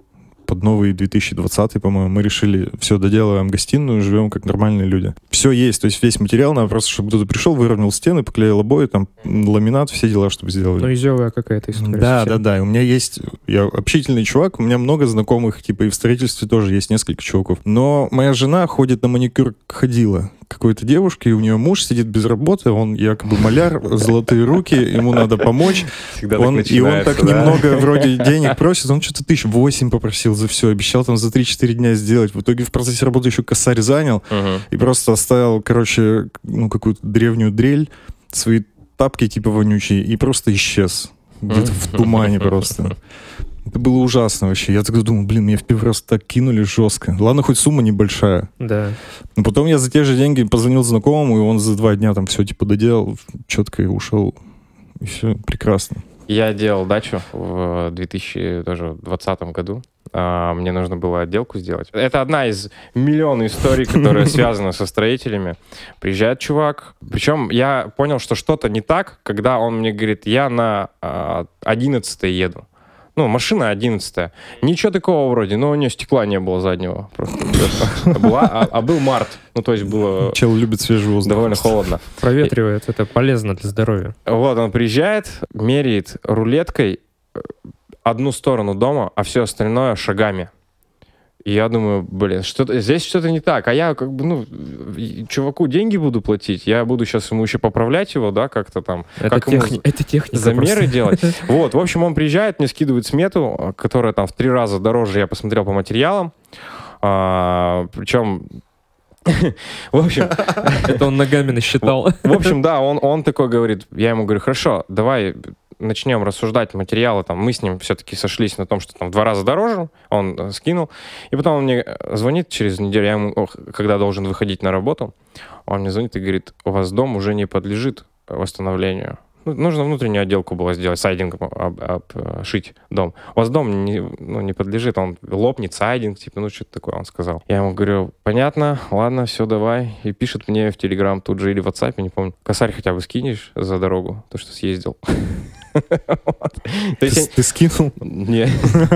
под новый две тысячи двадцатый, по-моему, мы решили, все, доделываем гостиную, живем как нормальные люди. Все есть, то есть весь материал, надо просто, чтобы кто-то пришел, выровнял стены, поклеил обои, там, ламинат, все дела, чтобы сделали. Ну, изёвая какая-то история. Да, совсем. да, да. У меня есть... Я общительный чувак, у меня много знакомых, типа, и в строительстве тоже есть несколько чуваков. Но моя жена ходит на маникюр, ходила к какой-то девушке, и у нее муж сидит без работы, он якобы маляр, золотые руки, ему надо помочь. Всегда Он, так и он так начинается, да? немного вроде денег просит, он что-то тысяч восемь попросил за все, обещал там за три-четыре дня сделать. В итоге в процессе работы еще косарь занял Мгм. и просто оставил, короче, ну, какую-то древнюю дрель, свои тапки типа вонючие, и просто исчез. Где-то в тумане просто. Это было ужасно вообще. Я тогда думал, блин, меня в первый раз так кинули жестко. Ладно, хоть сумма небольшая. Да. Но потом я за те же деньги позвонил знакомому, и он за два дня там все типа доделал, четко и ушел. И все прекрасно. Я делал дачу в две тысячи двадцатом году. А, Мне нужно было отделку сделать. Это одна из миллиона историй, которые связаны со строителями. Приезжает чувак. Причем я понял, что что-то не так, когда он мне говорит, я на а, одиннадцатой еду. Ну, машина одиннадцатая. Ничего такого вроде, но у нее стекла не было заднего. Просто была, а, а был март. Ну, то есть было Чел любит свежий воздух. довольно холодно. Проветривает, это полезно для здоровья. Вот, он приезжает, меряет рулеткой э, одну сторону дома, а все остальное шагами. И я думаю, блин, что-то, здесь что-то не так. А я как бы, ну, и- чуваку деньги буду платить, я буду сейчас ему еще поправлять его, да, как-то там, Это, как ему техни- это техника замеры просто. делать. Вот, в общем, он приезжает, мне скидывает смету, которая там в три раза дороже, я посмотрел по материалам. А, причем, в общем, Это он ногами насчитал. в общем, да, он, он такой говорит, я ему говорю, хорошо, давай начнем рассуждать материалы, там, мы с ним все-таки сошлись на том, что там в два раза дороже, он э, скинул, и потом он мне звонит через неделю, я ему, ох, когда должен выходить на работу, он мне звонит и говорит, у вас дом уже не подлежит восстановлению. Ну, нужно внутреннюю отделку было сделать, сайдингом об- обшить дом. У вас дом не, ну, не подлежит, он лопнет, сайдинг, типа, ну, что-то такое, он сказал. Я ему говорю, понятно, ладно, все, давай. И пишет мне в Телеграм тут же или в WhatsApp, не помню, косарь хотя бы скинешь за дорогу, то, что съездил. Вот. То есть я- Ты, ты скинул? Не.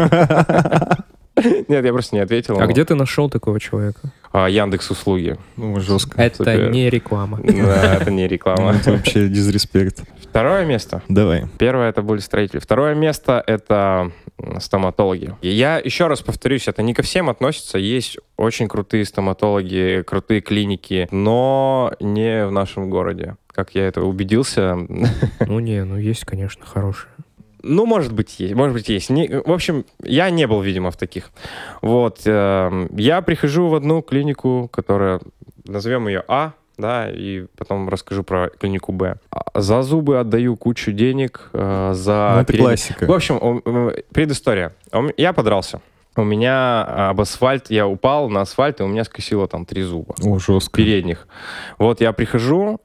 Нет, я просто не ответил. А ему. где ты нашел такого человека? А, Яндекс услуги. Ну, жестко. Это супер. не реклама. Да, это не Ну, реклама. это вообще дизреспект. Второе место. Давай. Первое — это были строители. Второе место — это м, стоматологи. И я еще раз повторюсь, это не ко всем относится. Есть очень крутые стоматологи, крутые клиники, но не в нашем городе. Как я это убедился. Ну не, ну есть, конечно, хорошие. Ну, может быть, есть. Может быть, есть. Не- в общем, я не был, видимо, в таких. Вот. эм, Я прихожу в одну клинику, которая, назовем ее А, да, и потом расскажу про клинику Б. А, За зубы отдаю кучу денег, э, за... Ну, это передний- классика. В общем, у- э, предыстория. У м- Я подрался. У меня об асфальт, я упал на асфальт, и у меня скосило там три зуба. О, жестко. Передних. Вот я прихожу,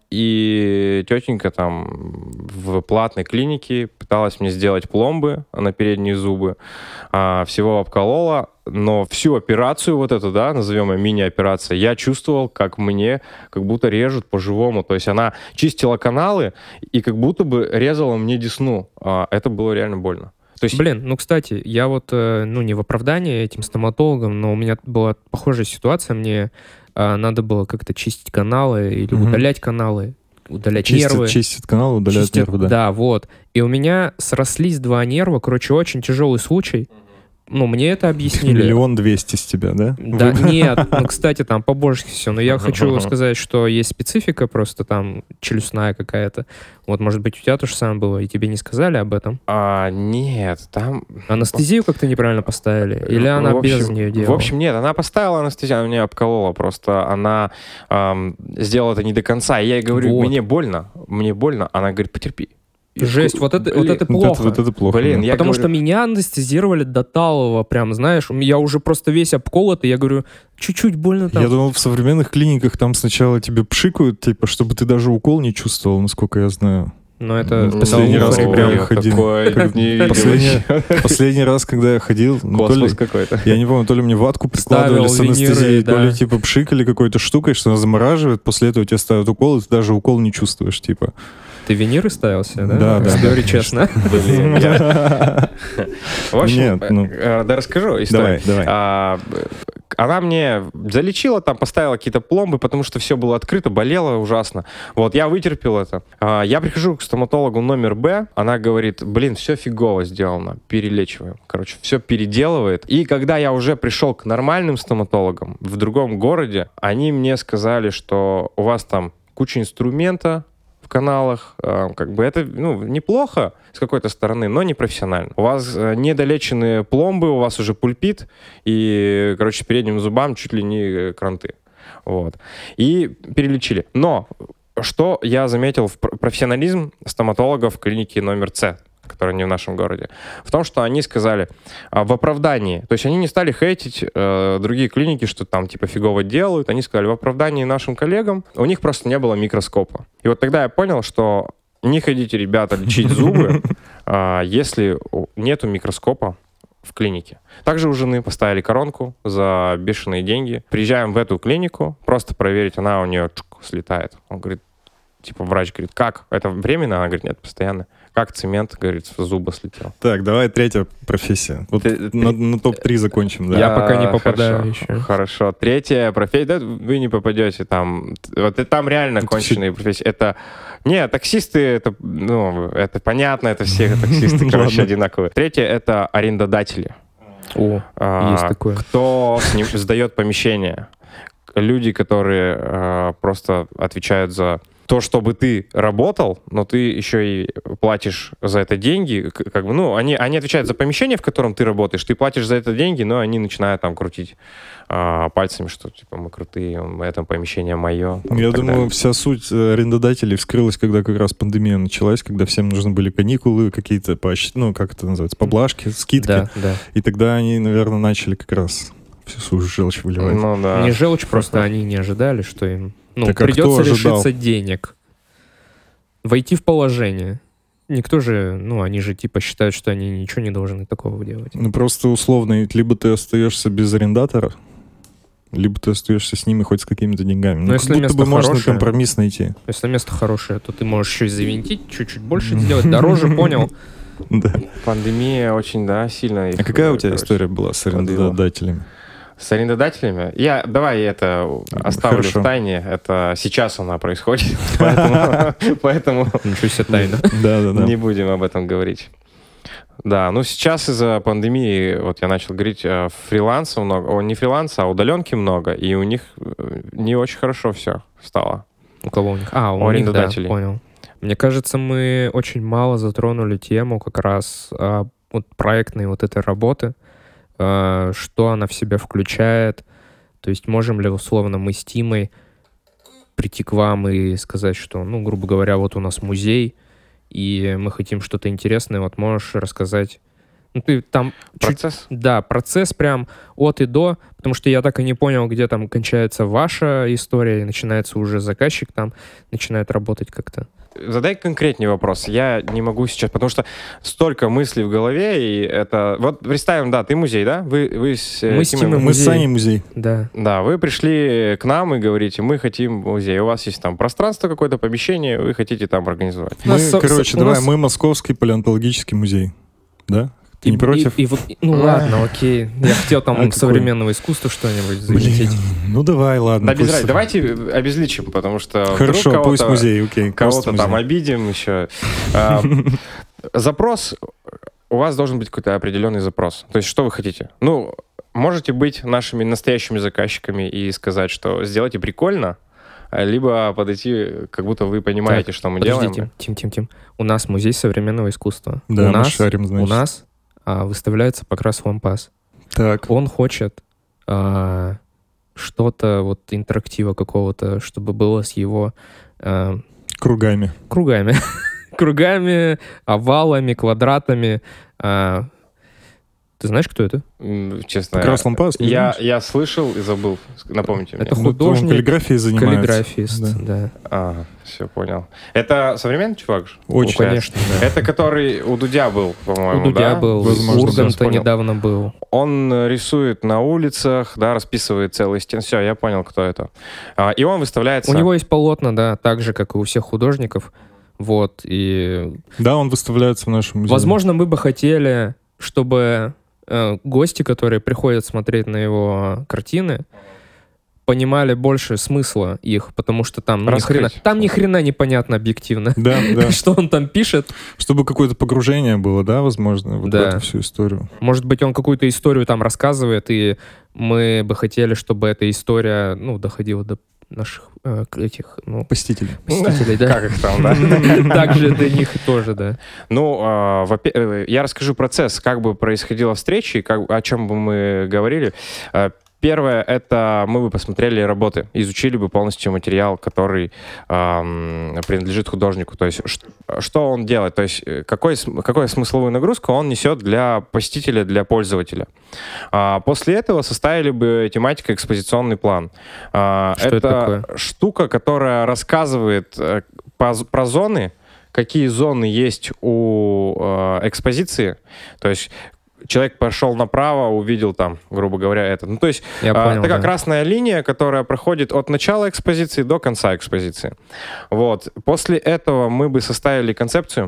и тетенька там в платной клинике пыталась мне сделать пломбы на передние зубы, а, всего обколола, но всю операцию вот эту, да, назовем ее мини-операция, я чувствовал, как мне как будто режут по-живому. То есть она чистила каналы и как будто бы резала мне десну. А, это было реально больно. То есть, Блин, ну, кстати, я вот, э, ну, не в оправдании этим стоматологам, но у меня была похожая ситуация. Мне э, надо было как-то чистить каналы или Мгм. удалять каналы, удалять нервы. Чистят, чистят канал, удаляют Чистят- нервы, да. Да, вот. И у меня срослись два нерва. Короче, очень тяжелый случай. Ну, мне это объяснили. Миллион двести с тебя, да? Да, нет, ну, кстати, там побольше все. Но я хочу сказать, что есть специфика просто там челюстная какая-то. Вот, может быть, у тебя то же самое было, и тебе не сказали об этом? а, нет, там... Анестезию как-то неправильно поставили? Или она В общем- без нее делала? В общем, нет, она поставила анестезию, она меня обколола, просто она ам, сделала это не до конца. И я ей говорю, Вот. мне больно, мне больно. Она говорит, потерпи. Я Жесть, такой, вот это, вот блин. это Вот плохо. это, вот это плохо. Блин, да. я Потому говорю- что меня анестезировали до талого, прям, знаешь, у меня- я уже просто весь обколотый, я говорю, чуть-чуть больно там. Я думал, в современных клиниках там сначала тебе пшикают, типа, чтобы ты даже укол не чувствовал, насколько я знаю. Но это Ну, последний раз, металлург когда прям. я ходил. Такое Как- не видел последний- вообще. Последний раз, когда я ходил, ну, то ли, Космос какой-то. я не помню, то ли мне ватку прикладывали Ставил с анестезией, виниры, то да. ли типа пшикали какой-то штукой, что она замораживает, после этого тебе ставят укол, и ты даже укол не чувствуешь, типа. Ты виниры ставился, да? Да, да. Говори честно. Блин, я- В общем, Нет, ну. э, да расскажу историю. Давай, давай. А, б- Она мне залечила, там поставила какие-то пломбы, потому что все было открыто, болело ужасно. Вот, я вытерпел это. А, Я прихожу к стоматологу номер Б, она говорит, блин, все фигово сделано, перелечиваем. Короче, все переделывает. И когда я уже пришел к нормальным стоматологам в другом городе, они мне сказали, что у вас там куча инструмента в каналах, э, как бы это, ну, неплохо с какой-то стороны, но не профессионально. У вас э, недолеченные пломбы, у вас уже пульпит, и, короче, передним зубам чуть ли не э, кранты. Вот. И перелечили. Но что я заметил в пр- профессионализм стоматологов в клинике номер С, которая не в нашем городе, в том, что они сказали а, в оправдании, то есть они не стали хейтить э, другие клиники, что там типа фигово делают, они сказали в оправдании нашим коллегам, у них просто не было микроскопа. И вот тогда я понял, что не ходите, ребята, лечить зубы, а, если у- нету микроскопа в клинике. Также у жены поставили коронку за бешеные деньги. Приезжаем в эту клинику, просто проверить, она у нее чук, слетает. Он говорит, типа врач говорит, как? Это временно? Она говорит, нет, постоянно. Как цемент, говорит, с зуба слетел. Так, давай третья профессия. Вот Ты- на, на топ-три закончим, да. Я пока не А, попадаю хорошо, еще. Хорошо. Третья профессия. Да, вы не попадете там. Вот и там реально Это конченые профессии. Это... Не, таксисты, это, ну, это понятно, это все таксисты, короче, Ладно. одинаковые. Третье — это арендодатели. О, А, есть такое. Кто с ним сдает помещение. Люди, которые а, просто отвечают за то, чтобы ты работал, но ты еще и платишь за это деньги. к- Как бы, ну, они, они отвечают за помещение, в котором ты работаешь, ты платишь за это деньги, но они начинают там крутить а, пальцами, что типа мы крутые, это помещение мое. там, и Я так думаю, далее. вся суть э, арендодателей вскрылась, когда как раз пандемия началась, когда всем нужны были каникулы, какие-то, поощ- ну, как это называется, поблажки, скидки. Да, да. И тогда они, наверное, начали как раз всю свою желчь выливать. Ну да. Не желчь, просто они не ожидали, что им ну, Так а кто придется ожидал? лишиться денег. Войти в положение. Никто же, ну, они же типа считают, что они ничего не должны такого делать. Ну, просто условно, ведь либо ты остаешься без арендатора, либо ты остаешься с ними хоть с какими-то деньгами. Но Ну, если как будто место бы можно хорошее- компромисс найти. Если место хорошее, то ты можешь еще и завинтить, чуть-чуть больше сделать, дороже, понял? Да. Пандемия очень, да, сильно их, А какая у тебя короче, история была с подвела. арендодателями? С арендодателями? Я, давай я это оставлю Хорошо. в тайне. Это сейчас она происходит, поэтому, поэтому Ничего себе тайна. Да-да-да. не будем об этом говорить. Да, ну сейчас из-за пандемии, вот я начал говорить, э, фриланса много, о, не фриланса, а удаленки много, и у них э, не очень хорошо все стало. У кого у них? А, у, У них, да, арендодателей. понял. Мне кажется, мы очень мало затронули тему как раз а, вот проектной вот этой работы, а, что она в себя включает. То есть можем ли условно мы с Тимой прийти к вам и сказать, что, ну, грубо говоря, вот у нас музей, и мы хотим что-то интересное, вот можешь рассказать. Ну, ты там чуть Процесс? да, процесс прям от и до, потому что я так и не понял, где там кончается ваша история, и начинается уже заказчик там, начинает работать как-то. Задай конкретнее вопрос. Я не могу сейчас, потому что столько мыслей в голове, и это... Вот представим, да, ты музей, да? Вы, вы с, э, Мы с Тимой- Тимой Мы с музей. Саней музей. Да. Да, вы пришли к нам и говорите, мы хотим музей. У вас есть там пространство, какое-то помещение, вы хотите там организовать. У Мы, нас со- короче, со- у давай, нас- мы Московский палеонтологический музей. Да? Ты И- не против? и- и вот- ну ладно, окей. Я хотел там А какой? современного искусства что-нибудь заметить. Блин, ну давай, ладно. Да, без пусть- разницы. Давайте обезличим, потому что вдруг Хорошо, кого-то- пусть музей, окей. просто Кого-то там музей. обидим еще. А, Запрос, у вас должен быть какой-то определенный запрос. То есть что вы хотите? Ну, можете быть нашими настоящими заказчиками и сказать, что сделайте прикольно, либо подойти, как будто вы понимаете, Так, что мы Подожди, делаем. Тим, Тим, Тим, Тим. У нас музей современного искусства. Да, у мы нас, шарим, у значит. нас а, выставляется Покрас Лампас. Так, Он хочет а, что-то, вот интерактива какого-то, чтобы было с его а, кругами. кругами. Кругами, овалами, квадратами. А, ты знаешь, кто это? М, Честно. Покрас Лампас, не Я, знаешь? я слышал и забыл. Напомните мне. Это Ну, то он художник, каллиграфией занимается. каллиграфист, Да. да. А, все, понял. Это современный чувак же? Очень. Ну, конечно, да. Это который у Дудя был, по-моему, У Дудя да? был, Возможно, у да. Урганта Понял. недавно был. Он э, рисует на улицах, да, расписывает целые стены. Все, я понял, кто это. А, и он выставляется... У него есть полотна, да, так же, как и у всех художников. Вот, и... Да, он выставляется в нашем музее. Возможно, мы бы хотели, чтобы э, гости, которые приходят смотреть на его картины, понимали больше смысла их, потому что там, ну, ни хрена, там ни хрена непонятно объективно, да, да. что он там пишет. Чтобы какое-то погружение было, да, возможно, вот да. в эту всю историю. Может быть, он какую-то историю там рассказывает, и мы бы хотели, чтобы эта история, ну, доходила до наших э, этих, ну... Посетителей. Посетителей, да. Как их там, да? Также до них тоже, да. Ну, я расскажу процесс, как бы происходила встреча, и о чем бы мы говорили. Первое, это мы бы посмотрели работы, изучили бы полностью материал, который эм, принадлежит художнику. То есть ш, что он делает, то есть какой, какую смысловую нагрузку он несет для посетителя, для пользователя. А после этого составили бы тематико-экспозиционный план. А, что это, это такое? Штука, которая рассказывает по, про зоны, какие зоны есть у э, экспозиции. То есть человек пошел направо, увидел там, грубо говоря, это. Ну, то есть Я а, понял, такая да. красная линия, которая проходит от начала экспозиции до конца экспозиции. Вот. После этого мы бы составили концепцию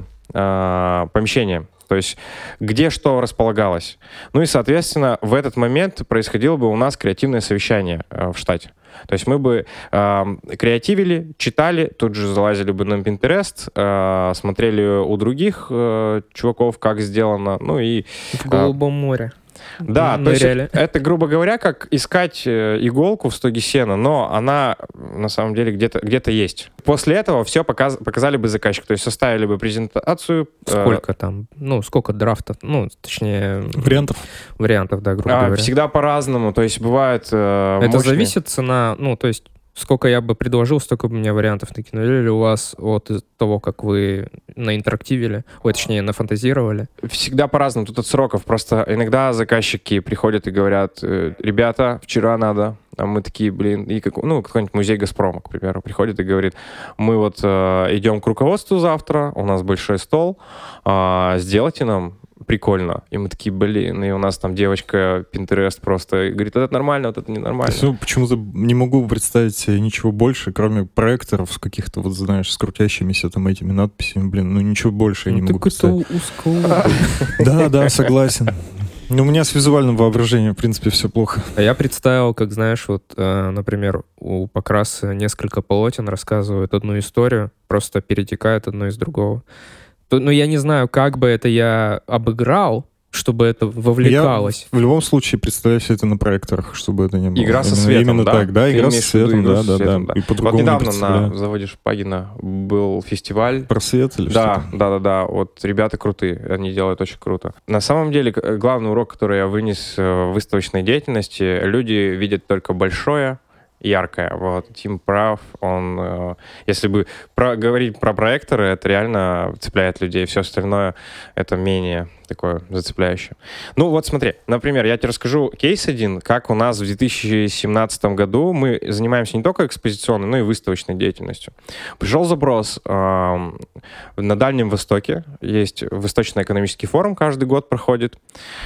а, помещения. То есть где что располагалось. Ну и, соответственно, в этот момент происходило бы у нас креативное совещание а, в штате. То есть мы бы э, креативили, читали, тут же залазили бы на Pinterest, э, смотрели у других э, чуваков, как сделано, ну и... В Голубом э, море. Да, то есть это, грубо говоря, как искать иголку в стоге сена, но она на самом деле где-то, где-то есть. После этого все показ, показали бы заказчику, то есть составили бы презентацию. Сколько э... там, ну, сколько драфтов, ну, точнее... Вариантов? Вариантов, да, грубо а, говоря. Всегда по-разному, то есть бывает э, Это мощные... зависит цена, ну, то есть сколько я бы предложил, столько бы у меня вариантов накинули, или у вас от того, как вы наинтерактивили, ой, точнее, нафантазировали? Всегда по-разному, тут от сроков. Просто иногда заказчики приходят и говорят: ребята, вчера надо. А мы такие, блин, и как, ну, какой-нибудь музей «Газпрома», к примеру, приходит и говорит: мы вот э, идем к руководству завтра, у нас большой стол, э, сделайте нам прикольно. И мы такие, блин, и у нас там девочка Pinterest просто говорит: вот это нормально, вот это ненормально. Все, почему-то не могу представить себе ничего больше, кроме проекторов каких-то, вот знаешь, с крутящимися там этими надписями, блин, ну ничего больше я ну, не могу представить. Так это узко. Да, да, согласен. Но у меня с визуальным воображением, в принципе, все плохо. А я представил, как, знаешь, вот, э, например, у Покраса несколько полотен рассказывают одну историю, просто перетекают одно из другого. То, ну, я не знаю, как бы это я обыграл, чтобы это вовлекалось. Я в любом случае представляю все это на проекторах, чтобы это не было. Игра со именно, светом, именно да? так, да, Ты игра со светом, да, да, светом, да. да. И по-другому вот недавно не на заводе Шпагина был фестиваль. Про свет или да, что-то? Да, да, да. Вот ребята крутые, они делают очень круто. На самом деле, главный урок, который я вынес в выставочной деятельности, люди видят только большое, яркое. Вот. Тим прав, он... Э, если бы про, говорить про проекторы, это реально цепляет людей. Все остальное это менее такое зацепляющее. Ну вот смотри, например, я тебе расскажу кейс один, как у нас в две тысячи семнадцатом году мы занимаемся не только экспозиционной, но и выставочной деятельностью. Пришел запрос э, на Дальнем Востоке. Есть Восточный экономический форум, каждый год проходит.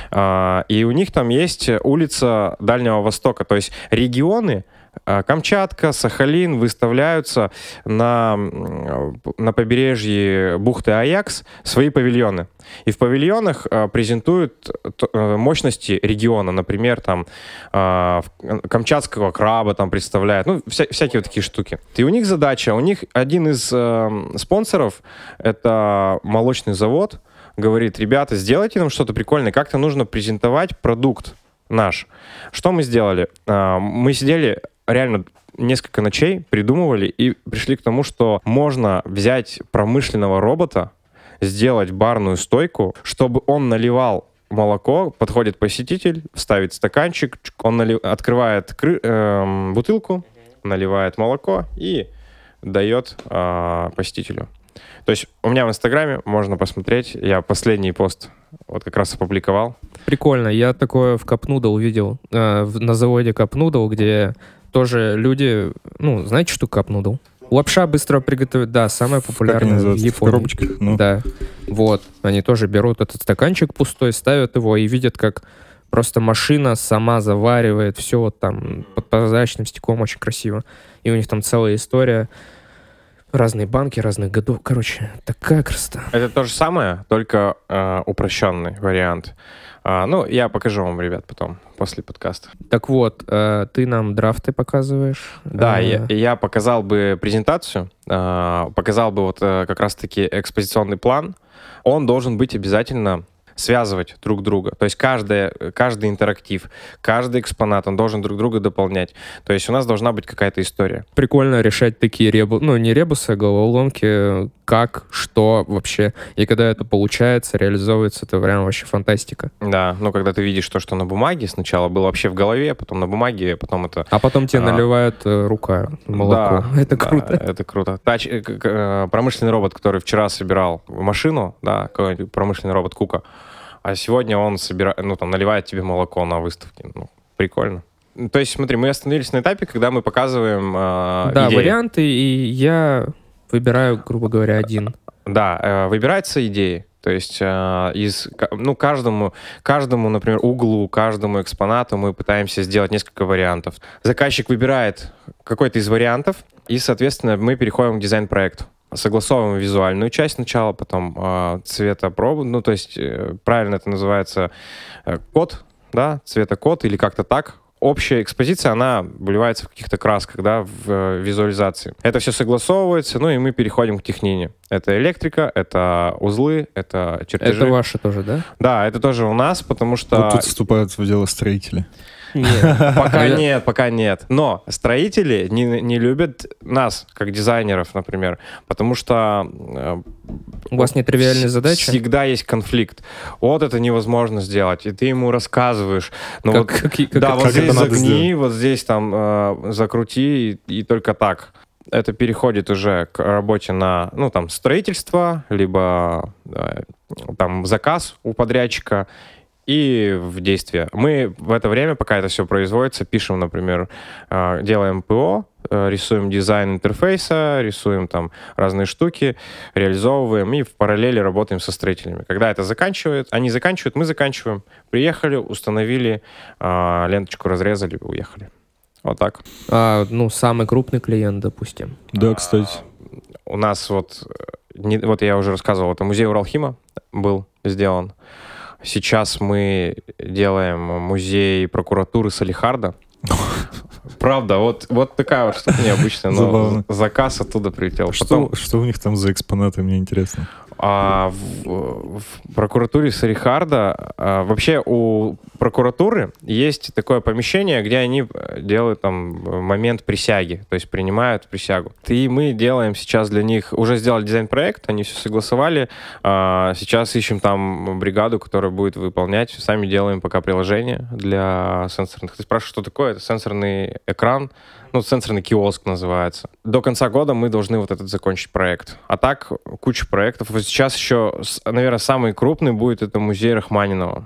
Э, и у них там есть улица Дальнего Востока. То есть регионы Камчатка, Сахалин выставляются на, на побережье бухты Аякс свои павильоны. И в павильонах а, презентуют а, мощности региона. Например, там а, камчатского краба там представляют. Ну, вся, всякие вот такие штуки. И у них задача, у них один из а, спонсоров, это молочный завод, говорит: ребята, сделайте нам что-то прикольное, как-то нужно презентовать продукт наш. Что мы сделали? А, мы сидели реально несколько ночей, придумывали и пришли к тому, что можно взять промышленного робота, сделать барную стойку, чтобы он наливал молоко, подходит посетитель, ставит стаканчик, он налив... открывает кры... э, бутылку, наливает молоко и дает э, посетителю. То есть у меня в Инстаграме можно посмотреть, я последний пост вот как раз опубликовал. Прикольно, я такое в Cup Noodle увидел, э, на заводе Cup Noodle, где тоже люди, ну, знаете, что Cup Noodle? Лапша быстро приготовить, да, самая популярная в Японии. В коробочках? Ну. Да, вот, они тоже берут этот стаканчик пустой, ставят его и видят, как просто машина сама заваривает все вот там под прозрачным стеклом, очень красиво. И у них там целая история. Разные банки, разных годов. Короче, такая красота. Это то же самое, только э, упрощенный вариант. А, ну, я покажу вам, ребят, потом, после подкаста. Так вот, э, ты нам драфты показываешь. Да, э, я, я показал бы презентацию, э, показал бы вот э, как раз-таки экспозиционный план. Он должен быть обязательно связывать друг друга. То есть каждая, каждый интерактив, каждый экспонат, он должен друг друга дополнять. То есть у нас должна быть какая-то история. Прикольно решать такие ребусы, ну, не ребусы, а головоломки, как, что вообще. И когда это получается, реализовывается, это прям вообще фантастика. Да, ну когда ты видишь то, что на бумаге сначала было вообще в голове, потом на бумаге, потом это... А потом тебе а, наливают э, рука молоко. Да, это да, круто. Это круто. Тач, э, э, промышленный робот, который вчера собирал машину, да, какой-нибудь промышленный робот Кука, а сегодня он собирает, ну, там, наливает тебе молоко на выставке. Ну, прикольно. То есть, смотри, мы остановились на этапе, когда мы показываем э, Да, идеи. варианты, и я выбираю, грубо говоря, один. Да, э, выбираются идеи. То есть э, из, ну, каждому, каждому, например, углу, каждому экспонату мы пытаемся сделать несколько вариантов. Заказчик выбирает какой-то из вариантов, и, соответственно, мы переходим к дизайн-проекту. Согласовываем визуальную часть сначала, потом э, цветопробу, ну, то есть э, правильно это называется э, код, да, цветокод или как-то так. Общая экспозиция, она выливается в каких-то красках, да, в э, визуализации. Это все согласовывается, ну, и мы переходим к технине. Это электрика, это узлы, это чертежи. Это ваше тоже, да? Да, это тоже у нас, потому что... Вот тут вступают в дело строители. Нет. Пока нет, пока нет. Но строители не, не любят нас, как дизайнеров, например, потому что... э, У вас нетривиальные вс- задачи? Всегда есть конфликт. Вот это невозможно сделать. И ты ему рассказываешь. Ну, Как- вот, какие- как да, это- вот как здесь это надо загни, сделать? вот здесь там э, закрути, и, и только так. Это переходит уже к работе на, ну, там, строительство, либо э, там заказ у подрядчика, и в действие. Мы в это время, пока это все производится, пишем, например, э, делаем ПО, э, рисуем дизайн интерфейса, рисуем там разные штуки, реализовываем и в параллели работаем со строителями. Когда это заканчивают, они заканчивают, мы заканчиваем. Приехали, установили, э, ленточку разрезали, уехали. Вот так. А, ну, самый крупный клиент, допустим. Да, кстати. У нас вот, э, не, вот я уже рассказывал, это музей Уралхима был сделан. Сейчас мы делаем музей прокуратуры Салихарда. Правда, вот, вот такая вот штука необычная, но Забавно. заказ оттуда прилетел. Что, Потом, что у них там за экспонаты, мне интересно. а, в, в прокуратуре Салихарда, а, вообще у прокуратуры есть такое помещение, где они делают там момент присяги, то есть принимают присягу. И мы делаем сейчас для них, уже сделали дизайн-проект, они все согласовали, а, сейчас ищем там бригаду, которая будет выполнять, сами делаем пока приложение для сенсорных. Ты спрашиваешь, что такое? Это сенсорный экран, ну, сенсорный киоск называется. До конца года мы должны вот этот закончить проект. А так, куча проектов. Вот сейчас еще, наверное, самый крупный будет это музей Рахманинова.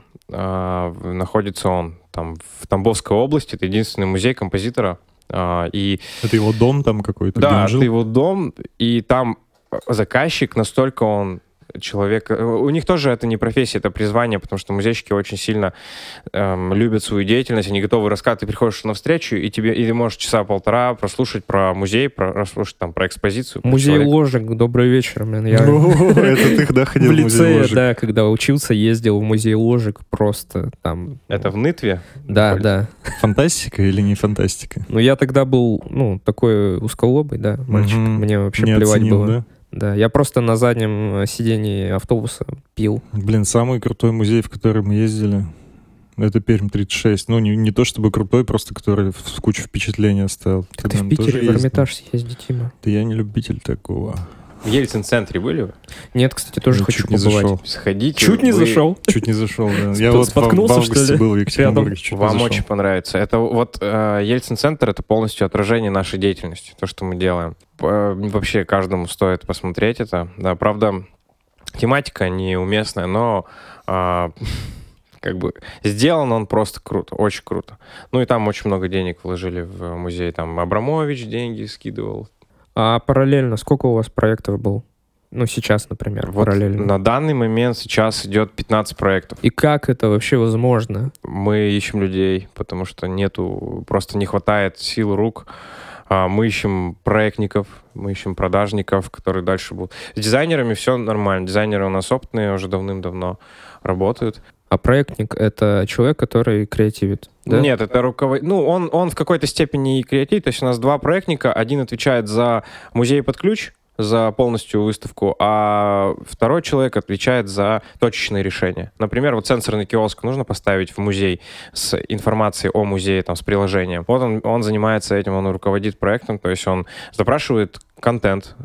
А, находится он там в Тамбовской области. Это единственный музей композитора. А, и Это его дом там какой-то, где да, он жил? это его дом, и там заказчик, настолько он человек... У них тоже это не профессия, это призвание, потому что музейщики очень сильно эм, любят свою деятельность, они готовы рассказать, ты приходишь на встречу, и, тебе, и ты можешь часа полтора прослушать про музей, про, прослушать там про экспозицию. Про Музей человека. ложек, добрый вечер, блин. Я Ну, это ты, да, ходил в в музей лицее, ложек? да, когда учился, ездил в музей ложек, просто там... Это в Нытве? Да, находится? да. Фантастика или не фантастика? Ну, я тогда был, ну, такой узколобый, да, мальчик. Мгм. Мне вообще Не плевать оценил, было. да? Да, я просто на заднем сидении автобуса пил. Блин, самый крутой музей, в который мы ездили, это Пермь тридцать шесть. Ну, не, не то чтобы крутой, просто который в, в кучу впечатлений оставил. Так ты в там Питере тоже в ездил? Эрмитаж съезди, Тима. Да я не любитель такого. В Ельцин-центре были вы? Нет, кстати, тоже Ну, хочу чуть не побывать. зашел. Сходите. Чуть не вы- зашел. Чуть не зашел, да. Я Спот- вот в- споткнулся, в что августе ли? был в Екатеринбурге. Рядом. чуть не Вам зашел. очень понравится. Это вот э, Ельцин-центр — это полностью отражение нашей деятельности, то, что мы делаем. Э, вообще каждому стоит посмотреть это. Да, правда, тематика неуместная, но э, как бы сделан он просто круто, очень круто. Ну и там очень много денег вложили в музей. Там Абрамович деньги скидывал. А параллельно сколько у вас проектов было? Ну, сейчас, например, Вот параллельно. на данный момент сейчас идет пятнадцать проектов. И как это вообще возможно? Мы ищем людей, потому что нету, просто не хватает сил рук. А, мы ищем проектников, мы ищем продажников, которые дальше будут. С дизайнерами все нормально. Дизайнеры у нас опытные, уже давным-давно работают. А проектник — это человек, который креативит, да? Нет, это руководитель. Ну, он, он в какой-то степени и креативит. То есть у нас два проектника. Один отвечает за музей под ключ, за полностью выставку, а второй человек отвечает за точечные решения. Например, вот сенсорный киоск нужно поставить в музей с информацией о музее, там, с приложением. Вот он, он занимается этим, он руководит проектом, то есть он запрашивает контент,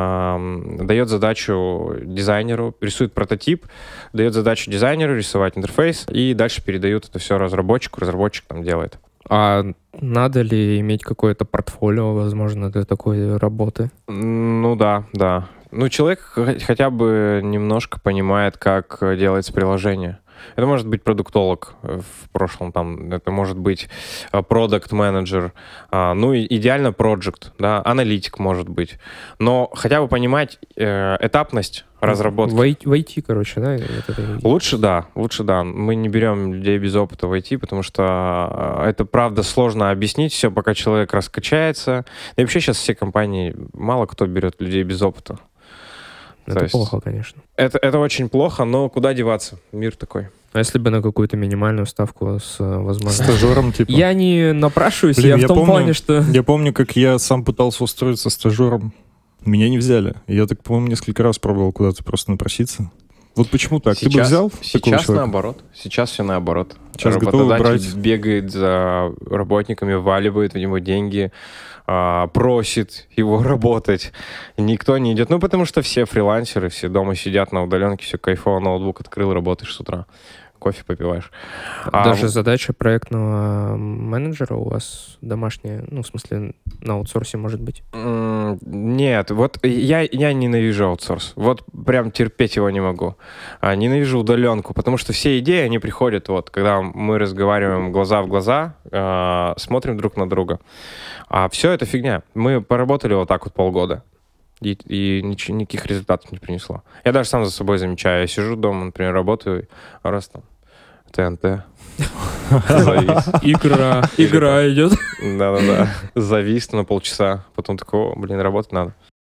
э, дает задачу дизайнеру, рисует прототип, дает задачу дизайнеру рисовать интерфейс, и дальше передают это все разработчику, разработчик там делает. А надо ли иметь какое-то портфолио, возможно, для такой работы? Ну да, да. Ну, человек хотя бы немножко понимает, как делается приложение. Это может быть продуктолог в прошлом, там, это может быть продакт-менеджер, ну, и идеально проект, да, аналитик может быть. Но хотя бы понимать э, этапность разработки. В ай ти, в ай ти, короче, да? Вот это... Лучше да, лучше да. Мы не берем людей без опыта в ай ти, потому что это, правда, сложно объяснить все, пока человек раскачается. И вообще сейчас все компании, мало кто берет людей без опыта. Это То плохо, есть, конечно. Это, это очень плохо, но куда деваться? Мир такой. А если бы на какую-то минимальную ставку с возможностью... Стажером, типа? Я не напрашиваюсь, Блин, я в я том помню, плане, что... Я помню, как я сам пытался устроиться стажером. Меня не взяли. Я так, по-моему, несколько раз пробовал куда-то просто напроситься. Вот почему так? Сейчас, Ты бы взял такого Сейчас человека? наоборот. Сейчас все наоборот. Сейчас готовы Работодатель брать. бегает за работниками, валивает в него деньги, а, просит его работать. Никто не идет. Ну, потому что все фрилансеры, все дома сидят на удаленке, все кайфово, ноутбук открыл, работаешь с утра. Кофе попиваешь. Даже а, задача проектного менеджера у вас домашняя, ну, в смысле, на аутсорсе может быть? Нет, вот я, я ненавижу аутсорс. Вот прям терпеть его не могу. А, ненавижу удаленку, потому что все идеи, они приходят, вот, когда мы разговариваем глаза в глаза, э, смотрим друг на друга. А все это фигня. Мы поработали вот так вот полгода. И, и нич- никаких результатов не принесло. Я даже сам за собой замечаю. Я сижу дома, например, работаю, а раз там ТНТ завис. Игра, игра идет. Да-да-да. Завис на полчаса. Потом такого, блин, работать надо.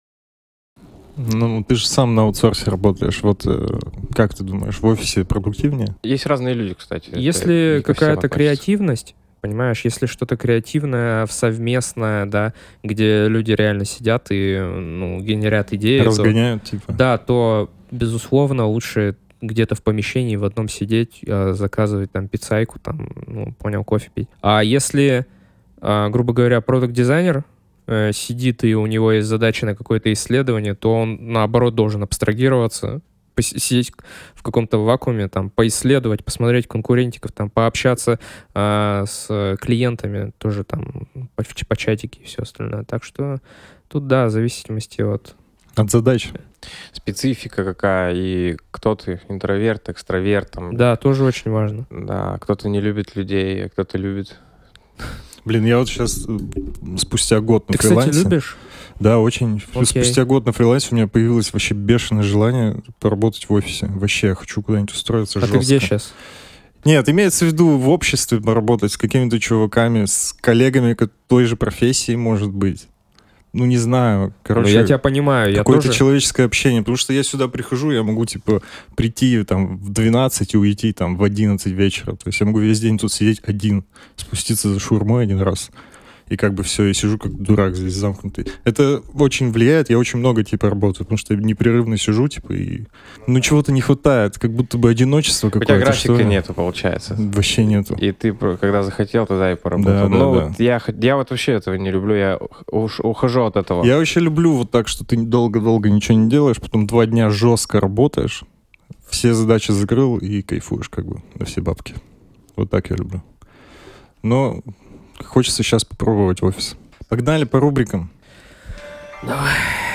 Ну, ты же сам на аутсорсе работаешь. Вот э, как ты думаешь, в офисе продуктивнее? Есть разные люди, кстати. Если какая-то креативность, понимаешь, если что-то креативное, совместное, да, где люди реально сидят и, ну, генерят идеи. Разгоняют, то, типа? Да, то, безусловно, лучше где-то в помещении в одном сидеть, заказывать там пиццайку, там, ну, понял, кофе пить. А если, грубо говоря, продакт-дизайнер сидит и у него есть задача на какое-то исследование, то он, наоборот, должен абстрагироваться, сидеть в каком-то вакууме, там, поисследовать, посмотреть конкурентиков, там, пообщаться э, с клиентами, тоже там по, по чатике и все остальное. Так что тут, да, в зависимости от... От задач. Специфика какая, и кто ты, интроверт, экстраверт. Там, да, тоже очень важно. Да, кто-то не любит людей, а кто-то любит... Блин, я вот сейчас спустя год на ты, фрилансе... Ты, кстати, любишь? Да, очень. Окей. Спустя год на фрилансе у меня появилось вообще бешеное желание поработать в офисе. Вообще, я хочу куда-нибудь устроиться а жестко. А ты где сейчас? Нет, имеется в виду в обществе поработать с какими-то чуваками, с коллегами той же профессии, может быть. Ну, не знаю. Короче, ну, я тебя понимаю. Какое-то я тоже... человеческое общение. Потому что я сюда прихожу, я могу, типа, прийти там в двенадцать и уйти там в одиннадцать вечера. То есть я могу весь день тут сидеть один, спуститься за шаурмой один раз. И как бы все, я сижу как дурак здесь замкнутый. Это очень влияет, я очень много, типа, работаю, потому что я непрерывно сижу, типа, и... Ну, чего-то не хватает, как будто бы одиночество какое-то. У тебя графика что нету, получается. Вообще нету. И ты, когда захотел, тогда и поработал. Да, ну, да, вот да. Я, я вот вообще этого не люблю, я уж, ухожу от этого. Я вообще люблю вот так, что ты долго-долго ничего не делаешь, потом два дня жестко работаешь, все задачи закрыл и кайфуешь, как бы, на все бабки. Вот так я люблю. Но... Хочется сейчас попробовать офис. Погнали по рубрикам. Давай.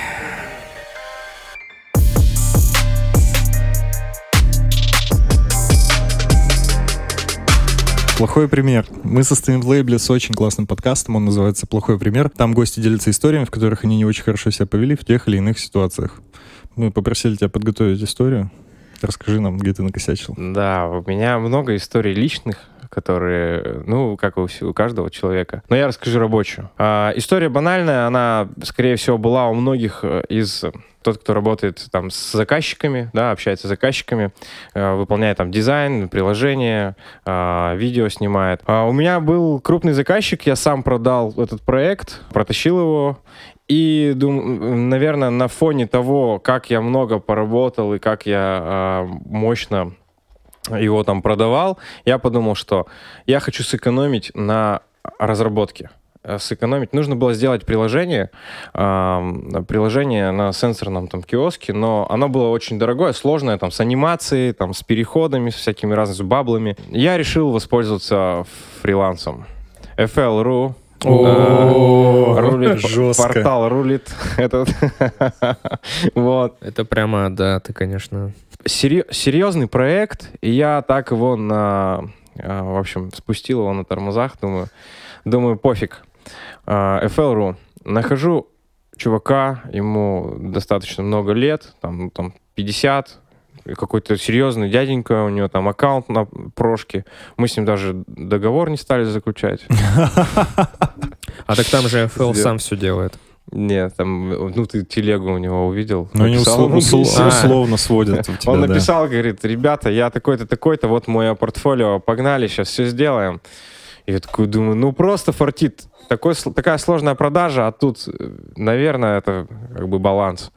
Плохой пример. Мы состоим в лейбле с очень классным подкастом, он называется «Плохой пример». Там гости делятся историями, в которых они не очень хорошо себя повели в тех или иных ситуациях. Мы попросили тебя подготовить историю. Расскажи нам, где ты накосячил. Да, у меня много историй личных, которые, ну, как у, у каждого человека. Но я расскажу рабочую. А, история банальная, она, скорее всего, была у многих из... Тот, кто работает там с заказчиками, да, общается с заказчиками, э, выполняет там дизайн, приложение, э, видео снимает. А у меня был крупный заказчик, я сам продал этот проект, протащил его. И, дум, наверное, на фоне того, как я много поработал и как я э, мощно его там продавал, я подумал, что я хочу сэкономить на разработке. сэкономить. Нужно было сделать приложение, э, приложение на сенсорном там киоске, но оно было очень дорогое, сложное, там, с анимацией, там, с переходами, с всякими разными, с баблами. Я решил воспользоваться фрилансом. эф эл точка ру О, рулит, жестко. Портал рулит. Этот. Вот. Это прямо, да, ты, конечно... Серьез, серьезный проект, и я так его на... В общем, спустил его на тормозах, думаю, думаю, пофиг. эф эл точка ру. Нахожу чувака, ему достаточно много лет, там, там пятьдесят, какой-то серьезный дяденька, у него там аккаунт на прошке. Мы с ним даже договор не стали заключать. А так там же эф эл сам все делает. Нет, там, ну, ты телегу у него увидел. Ну, они написал, услов, ну, услов, а. условно сводят в тебя, Он да. написал, говорит, ребята, я такой-то, такой-то, вот мое портфолио, погнали, сейчас все сделаем. И я такой думаю, ну, просто фартит. Такой, такая сложная продажа, а тут, наверное, это как бы баланс.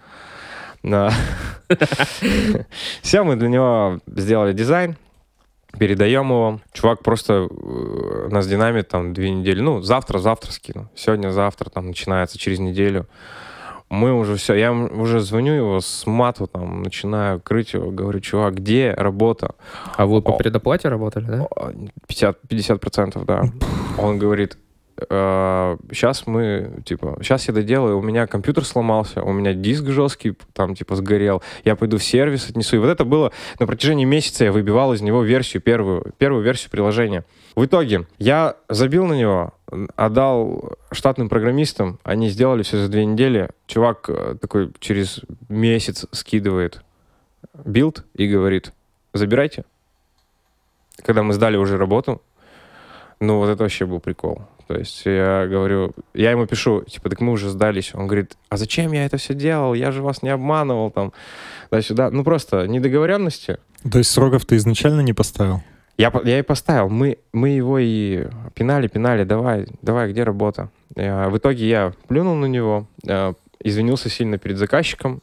Все, мы для него сделали дизайн, передаем его. Чувак просто нас динамит там две недели. Ну, завтра, завтра скину. Сегодня, завтра, там, начинается через неделю. Мы уже все, я уже звоню его с мату, там, начинаю крыть его, говорю, чувак, где работа? А вы по предоплате работали, да? пятьдесят процентов, да. Он говорит, сейчас мы, типа, сейчас я доделаю, у меня компьютер сломался, у меня диск жесткий, там, типа, сгорел, я пойду в сервис отнесу. И вот это было на протяжении месяца, я выбивал из него версию, первую, первую версию приложения. В итоге я забил на него, отдал штатным программистам, они сделали все за две недели. Чувак такой через месяц скидывает билд и говорит, забирайте. Когда мы сдали уже работу, ну, вот это вообще был прикол. То есть я говорю, я ему пишу, типа, так мы уже сдались. Он говорит, а зачем я это все делал? Я же вас не обманывал, там, да-сюда. Ну, просто недоговоренности. То есть сроков ты изначально не поставил? Я, я и поставил. Мы, мы его и пинали, пинали, давай, давай, где работа? В итоге я плюнул на него, извинился сильно перед заказчиком,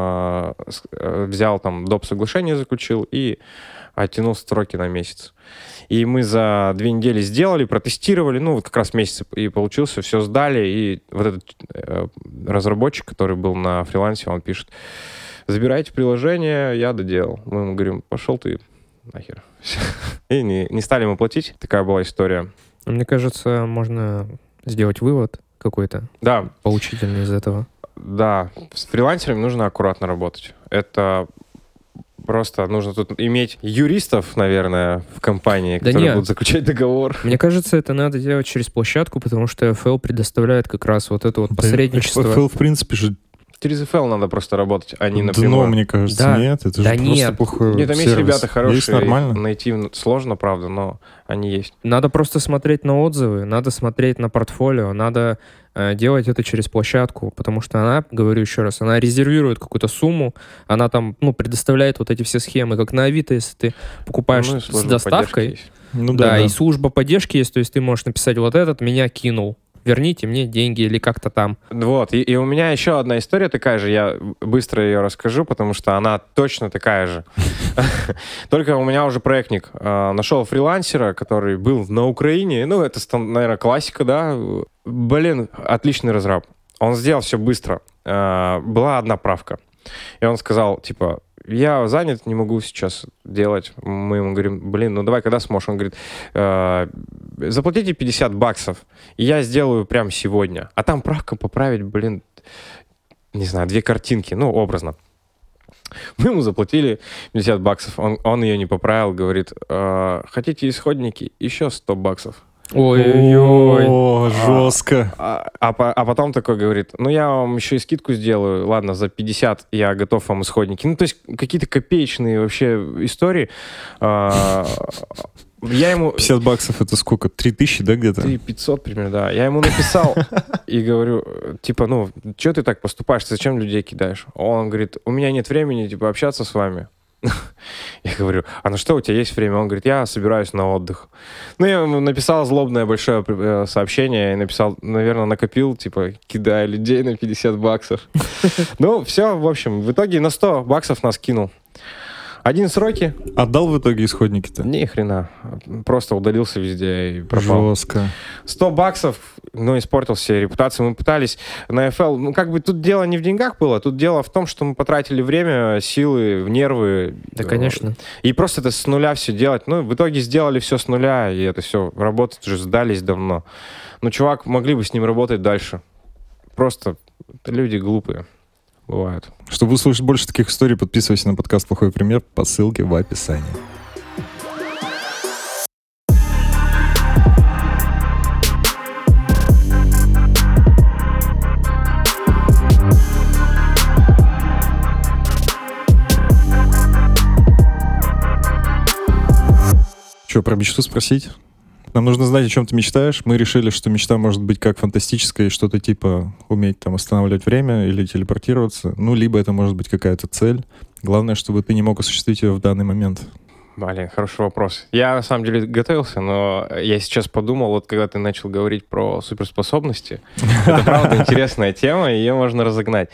взял там доп. Соглашение, заключил и оттянул сроки на месяц. И мы за две недели сделали, протестировали, ну, вот как раз месяц и получился, все сдали, и вот этот э, разработчик, который был на фрилансе, он пишет, забирайте приложение, я доделал. Мы ему говорим, пошел ты нахер. И не, не стали ему платить, такая была история. Мне кажется, можно сделать вывод какой-то, да, поучительный из этого. Да, с фрилансерами нужно аккуратно работать. Это... Просто нужно тут иметь юристов, наверное, в компании, да которые нет. будут заключать договор. Мне кажется, это надо делать через площадку, потому что эф эл предоставляет как раз вот это вот посредничество. эф эл, в принципе, же... Через эф эл надо просто работать, а не дно, напрямую. мне кажется, да. нет. Это да же нет. просто плохой Нет, там сервис. есть ребята хорошие. Есть нормально. Найти сложно, правда, но они есть. Надо просто смотреть на отзывы, надо смотреть на портфолио, надо э, делать это через площадку, потому что она, говорю еще раз, она резервирует какую-то сумму, она там, ну, предоставляет вот эти все схемы, как на Авито, если ты покупаешь Ну, и с служба доставкой. поддержки есть. Ну Да, да, да. и служба поддержки есть, то есть ты можешь написать, вот этот меня кинул, верните мне деньги или как-то там. Вот, и, и у меня еще одна история такая же, я быстро ее расскажу, потому что она точно такая же. Только у меня уже проектник нашел фрилансера, который был на Украине, ну, это, наверное, классика, да, блин, отличный разраб. Он сделал все быстро. Была одна правка. И он сказал, типа, я занят, не могу сейчас делать. Мы ему говорим, блин, ну давай, когда сможешь? Он говорит, э, заплатите пятьдесят баксов, и я сделаю прямо сегодня. А там правка поправить, блин, не знаю, две картинки, ну, образно. Мы ему заплатили пятьдесят баксов, он, он ее не поправил, говорит, э, хотите исходники? Еще сто баксов. Ой-ой-ой. О, жестко. А, а, а потом такой говорит, ну я вам еще и скидку сделаю, ладно, за пятьдесят я готов вам исходники. Ну то есть какие-то копеечные вообще истории. А, Я ему... пятьдесят баксов это сколько? три тысячи, да, где-то? три пятьсот примерно, да. Я ему написал и говорю, типа, ну, что ты так поступаешь? Ты зачем людей кидаешь? Он говорит, у меня нет времени, типа, общаться с вами. Я говорю, а на что у тебя есть время? Он говорит, я собираюсь на отдых. Ну, я ему написал злобное большое сообщение и написал, наверное, накопил, типа, кидая людей на пятьдесят баксов. Ну, все, в общем, в итоге на сто баксов нас кинул. Один сроки. Отдал в итоге исходники-то? Ни хрена. Просто удалился везде и пропал. Жестко. сто баксов, ну, испортил себе репутацию. Мы пытались на эф эл, ну, как бы тут дело не в деньгах было, тут дело в том, что мы потратили время, силы, нервы. Да, конечно. И просто это с нуля все делать. Ну, в итоге сделали все с нуля, и это все, работать уже сдались давно. Ну, чувак, могли бы с ним работать дальше. Просто люди глупые. Бывают. Чтобы услышать больше таких историй, подписывайся на подкаст «Плохой пример» по ссылке в описании. Что, про мечту спросить? Нам нужно знать, о чем ты мечтаешь. Мы решили, что мечта может быть как фантастическая, и что-то типа уметь там останавливать время или телепортироваться. Ну, либо это может быть какая-то цель. Главное, чтобы ты не мог осуществить ее в данный момент. Блин, хороший вопрос. Я, на самом деле, готовился, но я сейчас подумал, вот когда ты начал говорить про суперспособности, это, правда, интересная тема, ее можно разогнать.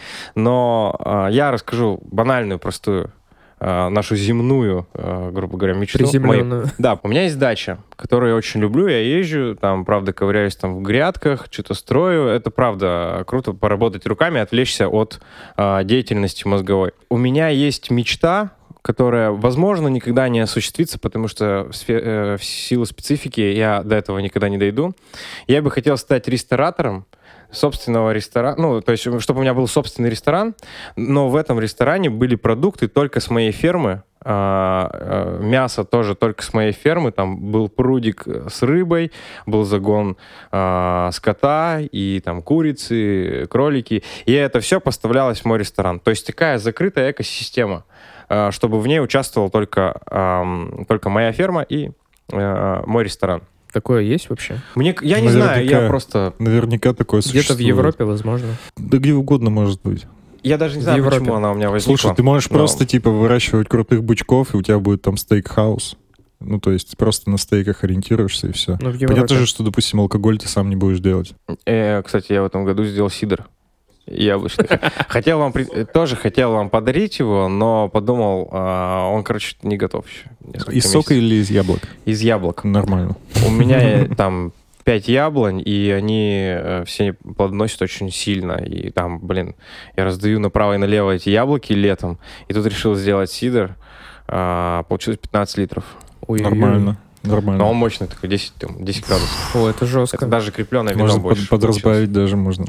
Но я расскажу банальную, простую, нашу земную, грубо говоря, мечту. Приземленную. Да, у меня есть дача, которую я очень люблю. Я езжу, там, правда, ковыряюсь там в грядках, что-то строю. Это, правда, круто поработать руками, отвлечься от а, деятельности мозговой. У меня есть мечта, которая, возможно, никогда не осуществится, потому что в, сфер, э, в силу специфики я до этого никогда не дойду. Я бы хотел стать ресторатором собственного ресторана, ну, то есть, чтобы у меня был собственный ресторан, но в этом ресторане были продукты только с моей фермы, а, а, мясо тоже только с моей фермы, там был прудик с рыбой, был загон а, скота и там курицы, кролики, и это все поставлялось в мой ресторан. То есть такая закрытая экосистема, а, чтобы в ней участвовала только, а, только моя ферма и а, мой ресторан. Такое есть вообще? Мне, я не Наверняка, знаю, я просто... Наверняка такое Где-то существует. в Европе, возможно. Да где угодно может быть. Я даже не знаю, Европе. почему она у меня возникла. Слушай, ты можешь но... просто типа выращивать крутых бычков, и у тебя будет там стейк-хаус. Ну, то есть просто на стейках ориентируешься, и все. Ну, в Европе. Понятно же, что, допустим, алкоголь ты сам не будешь делать. Э, кстати, я в этом году сделал сидр яблочный. Хотел вам тоже хотел вам подарить его, но подумал, он, короче, не готов еще. Из сока или из яблок? Из яблок. Нормально. У меня там пять яблонь, и они все плодоносят очень сильно. И там, блин, я раздаю направо и налево эти яблоки летом. И тут решил сделать сидр. Получилось пятнадцать литров. Ой-ой-ой. Нормально. Нормально. Но он мощный такой, десять, там, десять градусов. О, это жестко. Это даже крепленное вино Можно больше. под, подразбавить даже можно.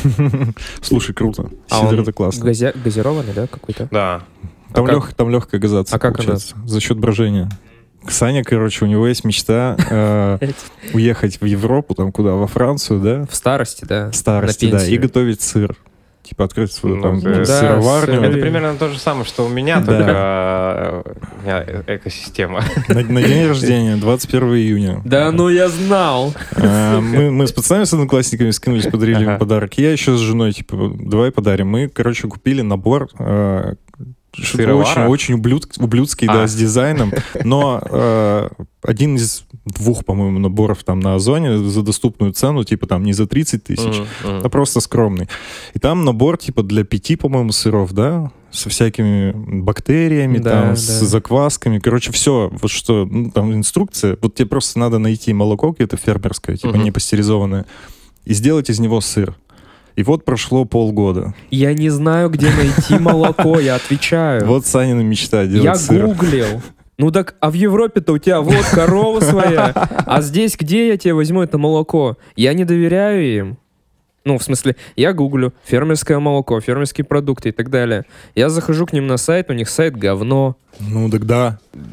Слушай, круто. А Сидр он это классно. газя- газированный, да, какой-то? Да. Там, А как? лег, там легкая газация А как получается. За счет брожения. Саня, короче, у него есть мечта э, уехать в Европу, там куда, во Францию, да? В старости, да. В старости, На да, пенсию. и готовить сыр. Типа открыть свою Ну, там да. сыроварню. Да, Это примерно то же самое, что у меня, Да. только э, у меня экосистема. На, на день рождения, двадцать первого июня. Да, ну я знал. А, мы, мы с пацанами, с одноклассниками скинулись, подарили ему Ага. подарок. Я еще с женой, типа, давай подарим. Мы, короче, купили набор э, что-то Сыровара? очень, очень ублюд, ублюдский, да, А. с дизайном. Но э, один из двух, по-моему, наборов там на Озоне за доступную цену, типа там не за тридцать тысяч, Мгм, мгм. а просто скромный. И там набор, типа, для пяти, по-моему, сыров, да, со всякими бактериями, Да, там, да. с заквасками. Короче, все, вот что, ну, там инструкция. Вот тебе просто надо найти молоко где-то фермерское, типа Мгм. не пастеризованное, и сделать из него сыр. И вот прошло полгода. Я не знаю, где найти молоко, я отвечаю. Вот Санина мечта делать Я сыр. гуглил. Ну так, а в Европе-то у тебя вот корова своя. А здесь где я тебе возьму это молоко? Я не доверяю им. Ну, в смысле, я гуглю фермерское молоко, фермерские продукты и так далее. Я захожу к ним на сайт, у них сайт говно. Ну тогда.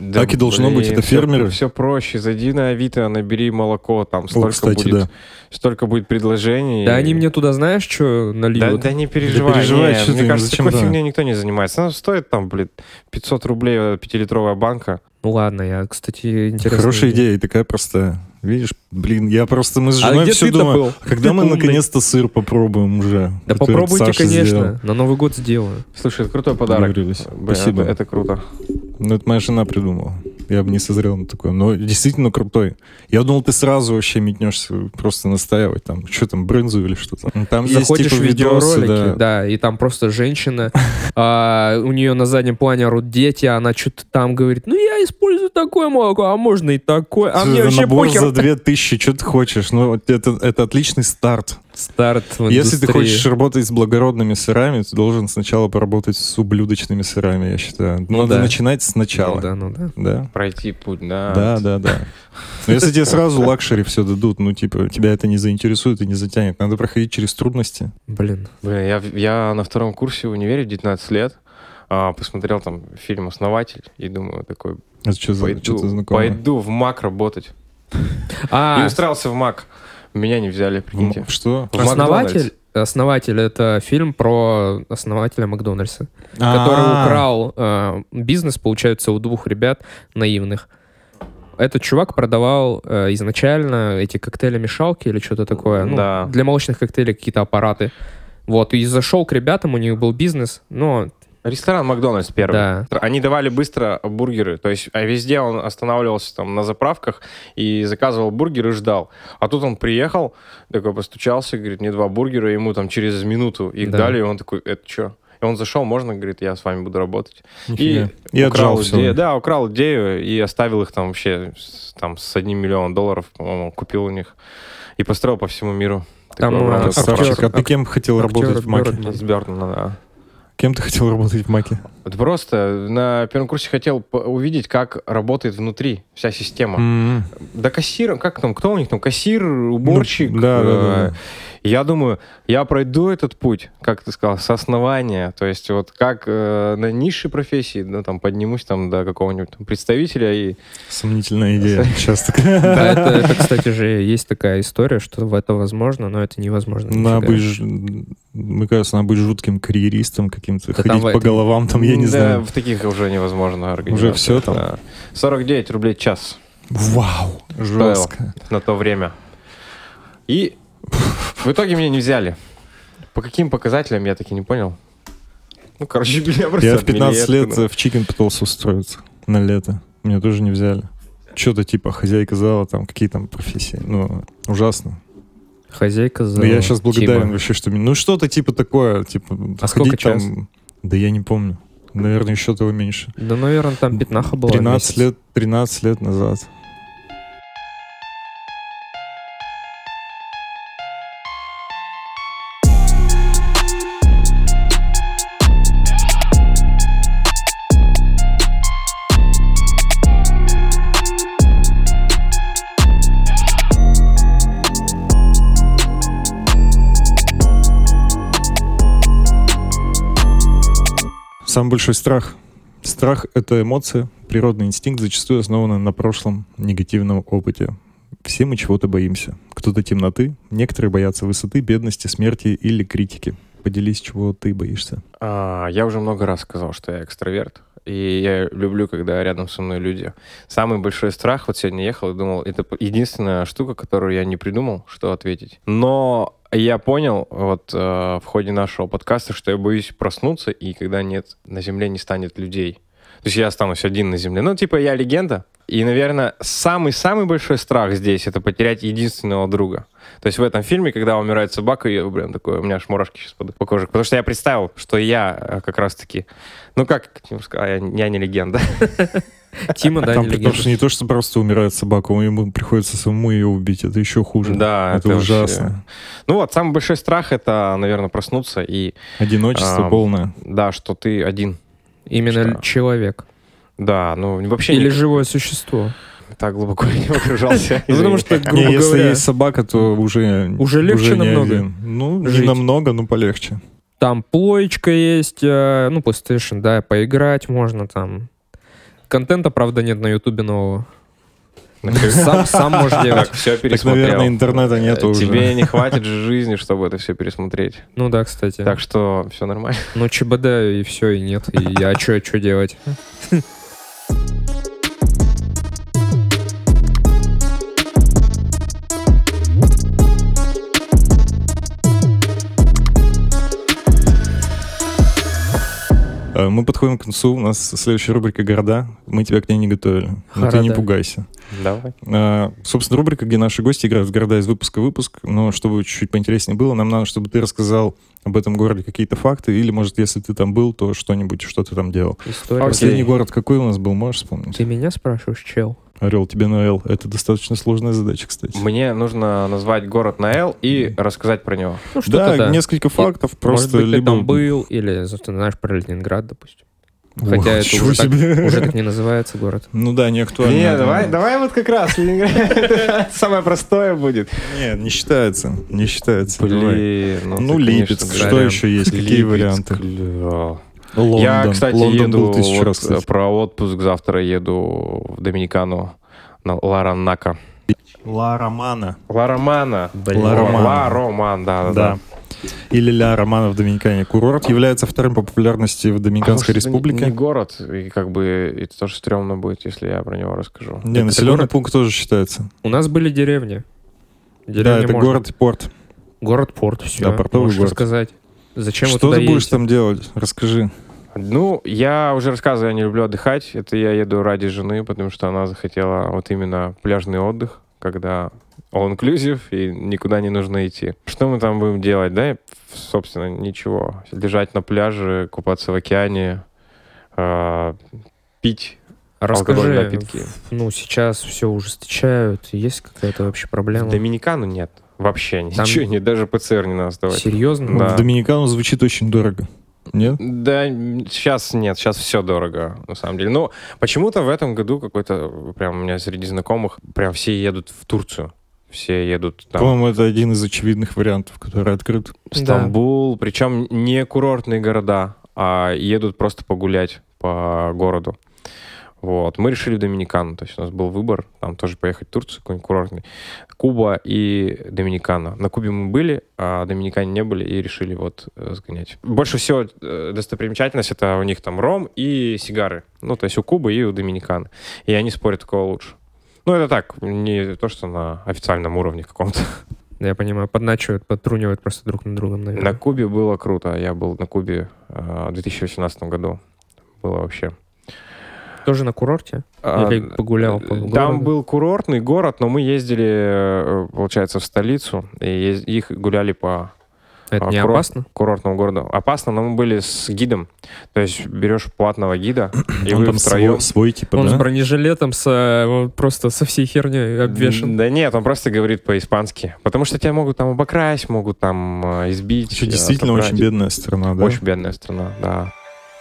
Да, Так и должно блин, быть, это все, фермеры. Все проще. Зайди на Авито, набери молоко, там столько, кстати, будет, да. столько будет предложений. Да они мне туда, знаешь, что Да, нальют? да не переживай. Да переживай, не, что мне ты, кажется, зачем, такой да. фигней никто не занимается. Она стоит там, блин, пятьсот рублей пятилитровая банка. Ну ладно, я, кстати, интересно. Хорошая идея, и такая простая. Видишь, блин, я просто, мы с А женой где все ты-то думаем, был? когда мы Умный. наконец-то сыр попробуем уже. Да Это попробуйте, Саша конечно. сделал. На Новый год сделаю. Слушай, это крутой подарок. Договорились. Блин, Спасибо. Это, это круто. Ну, это моя жена придумала. Я бы не созрел на такое. Но действительно крутой. Я думал, ты сразу вообще метнешься просто настаивать там. Что там, брынзу или что-то. Там есть Заходишь типа в видосы, видеоролики, да. да, и там просто женщина, а, у нее на заднем плане орут дети, а она что-то там говорит, ну я использую такое молоко, а можно и такое, а мне Это вообще набор похер. за две тысячи, что ты хочешь? Ну, вот это, это отличный старт. Старт в Если ты индустрии. хочешь работать с благородными сырами, ты должен сначала поработать с ублюдочными сырами, я считаю. Ну Надо да. начинать сначала. Ну да, ну да. Да. Пройти путь, да. Да, да, да. Но если тебе сразу лакшери все дадут, ну, типа, тебя это не заинтересует и не затянет. Надо проходить через трудности. Блин. Блин, я, я на втором курсе в универе, девятнадцать лет, а, посмотрел там фильм «Основатель» и думаю, такой, Это что за пойду, что-то знакомое? пойду в МАК работать. И А, устраивался в МАК. Меня не взяли, прикиньте. М, Что? В Макдональдс. основатель, основатель это фильм про основателя Макдональдса, А, который украл э, бизнес, получается, у двух ребят наивных. Этот чувак продавал э, изначально эти коктейли-мешалки или что-то такое. Ну, Да. для молочных коктейлей какие-то аппараты. Вот, и зашел к ребятам, у них был бизнес, но Ресторан Макдональдс первый. да. Они давали быстро бургеры, то есть а везде он останавливался там на заправках и заказывал бургер и ждал. А тут он приехал, такой постучался, говорит, мне два бургера, ему там через минуту их Да. дали, и он такой, это что? И он зашел, можно, говорит, я с вами буду работать. Нифига. И, И украл отжал всё. идею, да, украл идею и оставил их там вообще с, там, с одним миллионом долларов, по-моему, купил у них и построил по всему миру. Там, такой э, бренд. актер- Красавчик. А ты ак- кем хотел актер работать в Маке? Бёрдман. С Бёрдмана, да. Кем ты хотел работать в Маке? Вот просто на первом курсе хотел по- увидеть, как работает внутри вся система. М. Да кассир, как там, кто у них там, кассир, уборщик. Ну, да, да, да, э, да. Я думаю, я пройду этот путь, как ты сказал, с основания. То есть вот как э, на низшей профессии, ну, там, поднимусь там до какого-нибудь там представителя и... Сомнительная идея. Сейчас Да, такая. это, это, кстати же, есть такая история, что в это возможно, но это невозможно. Надо нифига. быть, ж- мне кажется, надо быть жутким карьеристом каким-то, Да там ходить в по этом- головам, там, я не Да, знаю. в таких уже невозможно организовать. всё там? Да. сорок девять рублей в час Вау, жестко. на то время. И в итоге меня не взяли. По каким показателям, я таки не понял. Ну, короче, меня просто Я в отмели, пятнадцать я лет такой, э, в Чикен пытался устроиться на лето. Меня тоже не взяли. Что-то типа хозяйка зала, там какие там профессии. Ну, ужасно. Хозяйка за Но я сейчас благодарен Тима. вообще, что... мне- Ну, что-то типа такое, типа... А сколько ходить час? там... Да я не помню. Наверное, еще того меньше. Да, наверное, там пятнаха была. тринадцать месяц. лет, тринадцать лет назад. Самый большой страх. Страх — это эмоция, природный инстинкт, зачастую основанный на прошлом негативном опыте. Все мы чего-то боимся. Кто-то темноты, некоторые боятся высоты, бедности, смерти или критики. Поделись, чего ты боишься. А, я уже много раз сказал, что я экстраверт. И я люблю, когда рядом со мной люди. Самый большой страх, вот сегодня ехал и думал, это единственная штука, которую я не придумал, что ответить. Но я понял вот э, в ходе нашего подкаста, что я боюсь проснуться, и когда нет, на Земле не станет людей. То есть я останусь один на Земле. Ну, типа, я легенда. И, наверное, самый-самый большой страх здесь — это потерять единственного друга. То есть в этом фильме, когда умирает собака, я, блин, такой, у меня аж мурашки сейчас падают по коже. Потому что я представил, что я э, как раз-таки... Ну, как Тим сказал, я, я не легенда. Тима, да, Там не потому легенда. что не то, что просто умирает собака, ему приходится самому ее убить. Это еще хуже. Да, это, это ужасно. вообще- Ну вот, самый большой страх — это, наверное, проснуться и, Одиночество А, полное. да, что ты один. Именно Что? человек. Да, ну вообще Или не живое существо. так глубоко не погружался. Ну, потому извини. что, Не, грубо если говоря, есть собака, то уже... Уже легче не намного один. Ну, жить. не намного, но полегче. там плоечка есть, э, ну, PlayStation, да, поиграть можно там. Контента, правда, нет на Ютубе нового. Сам, сам можешь делать. Все Так, наверное, интернета нету уже. Тебе не хватит же жизни, чтобы это все пересмотреть. Ну да, кстати. Так что все нормально. Ну, ЧБД и все, и нет. И я что, что делать? Мы подходим к концу. У нас следующая рубрика «Города». Мы тебя к ней не готовили. Но ты не пугайся. Давай. А, собственно, рубрика, где наши гости играют в города из выпуска в выпуск. Но чтобы чуть-чуть поинтереснее было, нам надо, чтобы ты рассказал об этом городе какие-то факты. Или, может, если ты там был, то что-нибудь, что ты там делал. История. Последний город какой у нас был, можешь вспомнить? Ты меня спрашиваешь, чел? Орел, тебе на «Л». Это достаточно сложная задача, кстати. Мне нужно назвать город на «Л» и рассказать про него. Ну, что-то Да, да. несколько фактов. Может Просто быть, ты либо... там был, или, ты знаешь, про Ленинград, допустим. Хотя Ох, это чего уже так, себе. уже так не называется город. Ну да, не актуально. Не, давай, давай вот как раз Ленинград. Самое простое будет. Нет, не считается. Не считается. Давай. Блин, Ну, ты, Липецк. конечно, Что прям. еще есть? Какие Липецк, варианты? ля. Лондон. Я, кстати, Лондон еду был тысячу вот, раз, кстати. про отпуск. Завтра еду в Доминикану на Ларанака. Ла Романа. Ла Романа. Блин. Ла Романа. Ла Роман, да, да, Да. да. Или Ля Романа в Доминикане. Курорт является вторым по популярности в Доминиканской А может, это республике. Не, не город, и как бы это тоже стрёмно будет, если я про него расскажу. Не, Это населенный город? пункт тоже считается. У нас были деревни. Да, Деревни это можно. город и порт. Город-порт, все. Да, портовый Можешь город. рассказать. Зачем вы Что туда ты будешь едете? там делать? Расскажи. Ну, я уже рассказывал, я не люблю отдыхать. Это я еду ради жены, потому что она захотела вот именно пляжный отдых, когда all-inclusive и никуда не нужно идти. Что мы там будем делать? Да, собственно, ничего. Лежать на пляже, купаться в океане, э, пить алкогольные Расскажи, напитки. ну, сейчас все ужесточают. Есть какая-то вообще проблема? В Доминикану нет. Вообще Там- ничего нет, даже ПЦР не надо сдавать. Серьезно? Да. В Доминикану звучит очень дорого. Нет? Да, сейчас нет, сейчас все дорого, на самом деле. Но почему-то в этом году какой-то, прям у меня среди знакомых, прям все едут в Турцию. Все едут там По-моему, это один из очевидных вариантов, который открыт. в Стамбул, причем не курортные города, а едут просто погулять по городу. Вот. Мы решили в Доминикану, то есть у нас был выбор, там тоже поехать в Турцию, какой-нибудь курортный, Куба и Доминикана. На Кубе мы были, а в Доминикане не были и решили вот э, сгонять. Больше всего э, достопримечательность — это у них там ром и сигары. Ну, то есть у Кубы и у Доминиканы. И они спорят, у кого лучше. Ну, это так, не то, что на официальном уровне каком-то. Я понимаю, подначивают, подтрунивают просто друг над другом, наверное. На Кубе было круто. Я был на Кубе э, в две тысячи восемнадцатом году. Было вообще... Тоже на курорте? Или погулял по Там городу? был курортный город, но мы ездили, э, получается, в столицу, и ез- их гуляли по Это а, не курорт- опасно? курортному городу. Опасно, но мы были с гидом. То есть берешь платного гида, и Он вы там втроем... свой, свой типа, Он да? с бронежилетом, с, э, он просто со всей херней обвешен. Да нет, он просто говорит по-испански. Потому что тебя могут там обокрасть, могут там э, избить. Еще э, действительно отобрать. очень бедная страна, да? Очень бедная страна, да.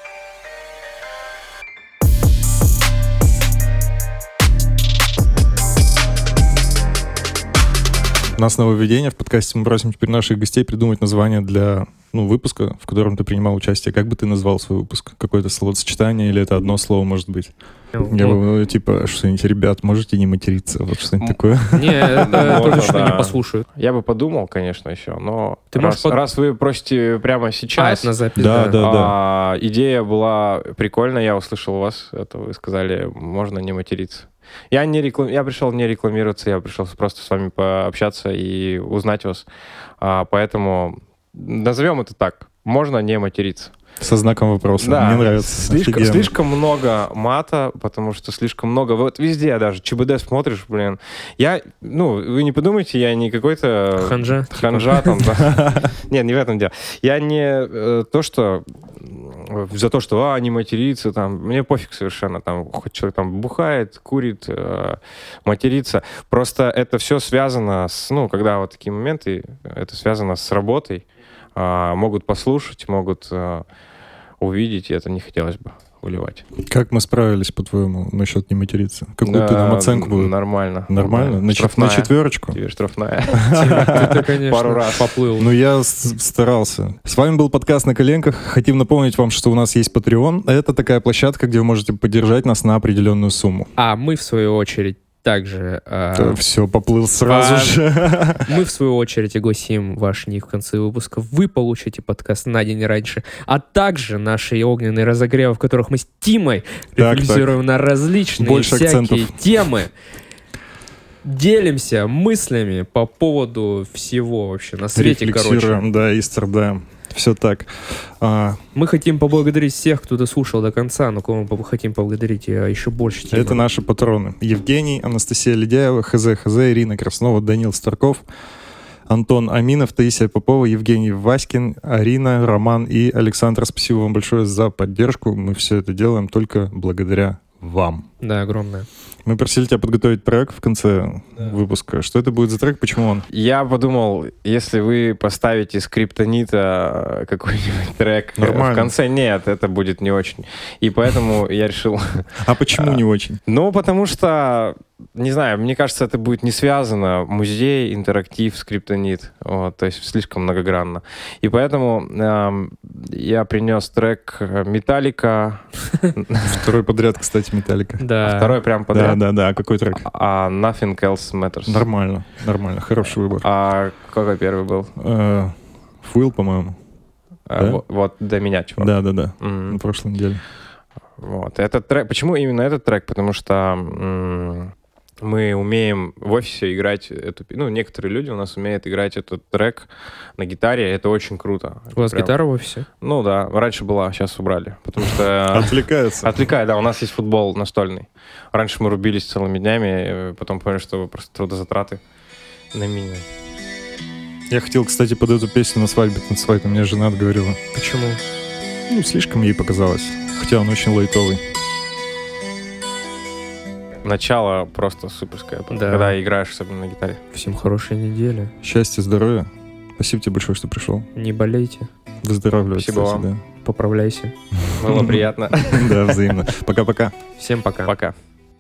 У нас нововведение в подкасте. Мы просим теперь наших гостей придумать название для ну, выпуска, в котором ты принимал участие. Как бы ты назвал свой выпуск? Какое-то словосочетание или это одно слово может быть? Я бы, Ну, ну, типа, что-нибудь, ребят, можете не материться? Вот что-нибудь М. такое. не, это Можно, только что не да. послушают. Я бы подумал, конечно, еще, но Ты раз, можешь под- раз вы просите прямо А, сейчас... это на запись, Да, да. да. А, идея была прикольная, я услышал вас, это вы сказали, можно не материться. Я, не реклам... я пришел не рекламироваться, я пришел просто с вами пообщаться и узнать вас. А, поэтому назовем это так. Можно не материться. Со знаком вопроса. Да, Мне нравится. Слишком, Офигенно. слишком много мата, потому что слишком много... Вот везде даже ЧБД смотришь, блин. Я, ну, вы не подумайте, я не какой-то... Ханжа. типа. Ханжа там, да. Нет, не в этом дело. Я не э, то, что э, за то, что, а, не материться, там, мне пофиг совершенно, там, хоть человек там бухает, курит, э, матерится. Просто это все связано с, ну, когда вот такие моменты, это связано с работой. А, могут послушать, могут а, увидеть, и это не хотелось бы. выливать. Как мы справились, по-твоему, насчет не материться? Какую Да, ты нам оценку будешь? Нормально. Нормально? На, чет- на четверочку? Теперь штрафная. Ты, конечно, Пару раз. поплыл. Ну, я с- старался. С вами был подкаст «На коленках». Хотим напомнить вам, что у нас есть Patreon. Это такая площадка, где вы можете поддержать нас на определенную сумму. А мы, в свою очередь, также... э, Все, поплыл сразу Ба- же. Мы, в свою очередь, огласим ваш ник в конце выпуска. Вы получите подкаст на день раньше. А также наши огненные разогревы, в которых мы с Тимой Так, рефлексируем на различные Больше всякие акцентов. темы. Делимся мыслями по поводу всего вообще на свете, короче. Рефлексируем, да, и страдаем. Все так. А, Мы хотим поблагодарить всех, кто дослушал до конца, но кого мы хотим поблагодарить а, еще больше. Тима. это наши патроны. Евгений, Анастасия Ледяева, ХЗ ХЗ, Ирина Краснова, Данил Старков, Антон Аминов, Таисия Попова, Евгений Васькин, Арина, Роман и Александр. Спасибо вам большое за поддержку. Мы все это делаем только благодаря вам. Да, огромное. Мы просили тебя подготовить трек в конце Да. выпуска. Что это будет за трек? Почему он? Я подумал, если вы поставите скриптонита какой-нибудь трек э, Нормально. в конце, нет, это будет не очень. И поэтому я решил... А почему не очень? Ну, потому что, не знаю, мне кажется, это будет не связано. Музей, интерактив, скриптонит. Вот, то есть слишком многогранно. И поэтому эм, я принес трек Металлика. Второй подряд, кстати, Металлика. Да. Второй прям Да, подряд. да, да. А какой трек? А Nothing Else Matters. Нормально, нормально. Хороший выбор. А какой первый был? Э, Фуил, по-моему. А, Да? вот, вот до меня, чувак. Да, да, да. М. На прошлой неделе. Вот. Этот трек. Почему именно этот трек? Потому что м, мы умеем в офисе играть эту... пи- Ну, некоторые люди у нас умеют играть этот трек на гитаре. Это очень круто. У вас Прям- гитара в офисе? Ну да, раньше была, сейчас убрали. Потому что... Отвлекается. Отвлекает, да, у нас есть футбол настольный. Раньше мы рубились целыми днями, э, потом поняли, что просто трудозатраты на минимум. Я хотел, кстати, под эту песню на свадьбе танцевать, но мне жена отговорила. Почему? Ну, слишком ей показалось. Хотя он очень лайтовый. Начало просто суперское, Да. когда играешь, особенно на гитаре. Всем хорошей недели. Счастья, здоровья. Спасибо тебе большое, что пришел. Не болейте. Выздоравливать, Спасибо Спасибо вам. Поправляйся. Было приятно. Да, взаимно. Пока-пока. Всем пока. Пока.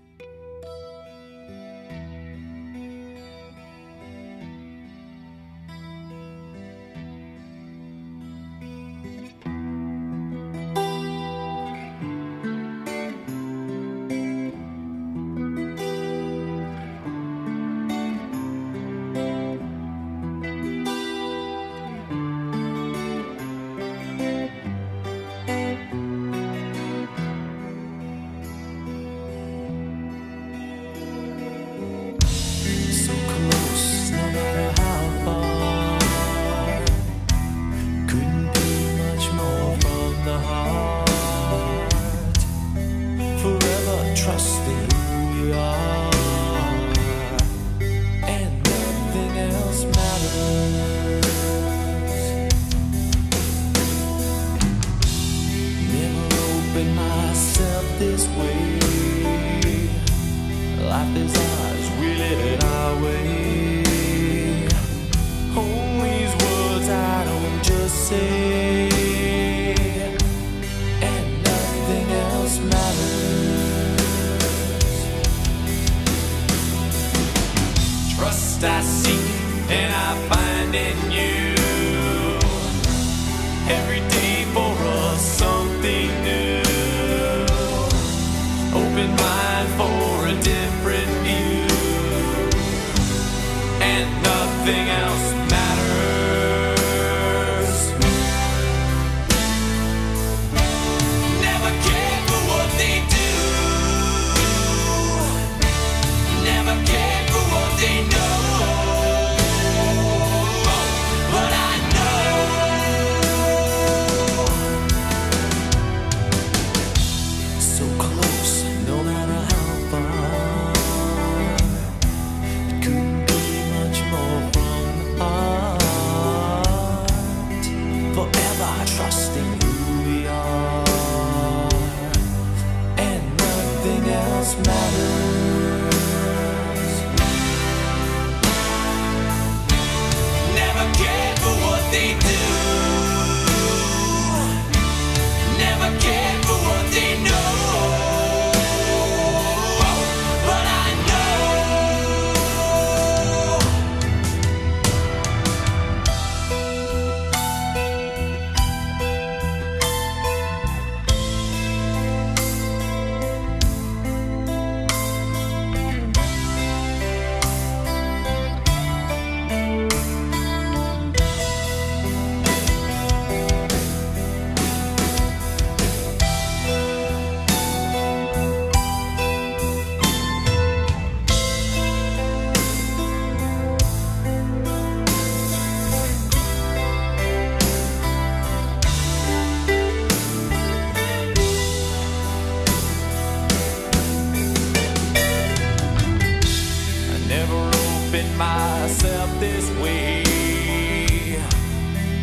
So close, no matter how far. Couldn't be much more from the heart. Forever trusting who we are, and nothing else matters. Never opened myself this way. Life is ours, we live it our way. All these words I don't just say, and nothing else matters. Trust I seek and I find in you. Every day for us something new. Open mind for a different view, and nothing else matters. Never cared for what they do, never cared for what they know, but I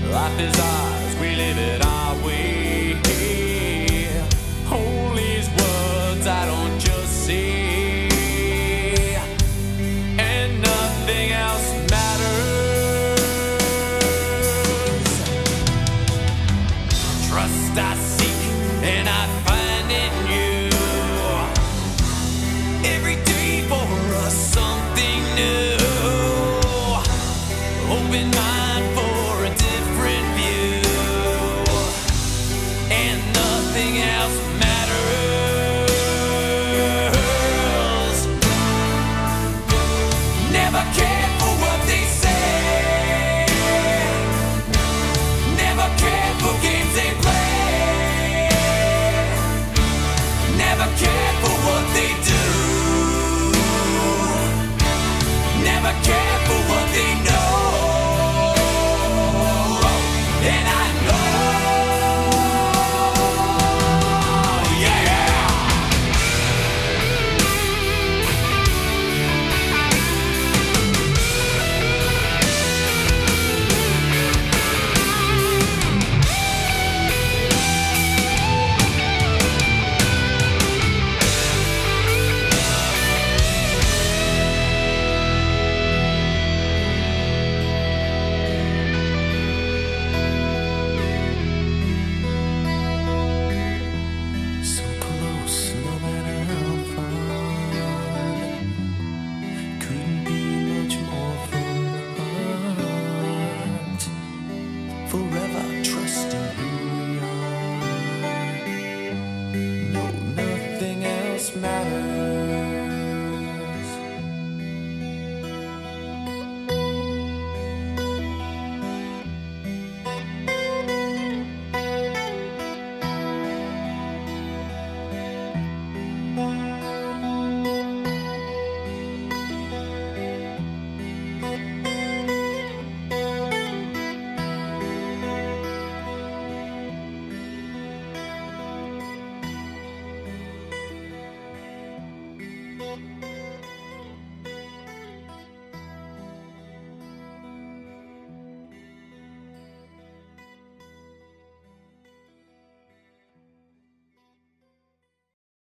Life is ours, we live it on.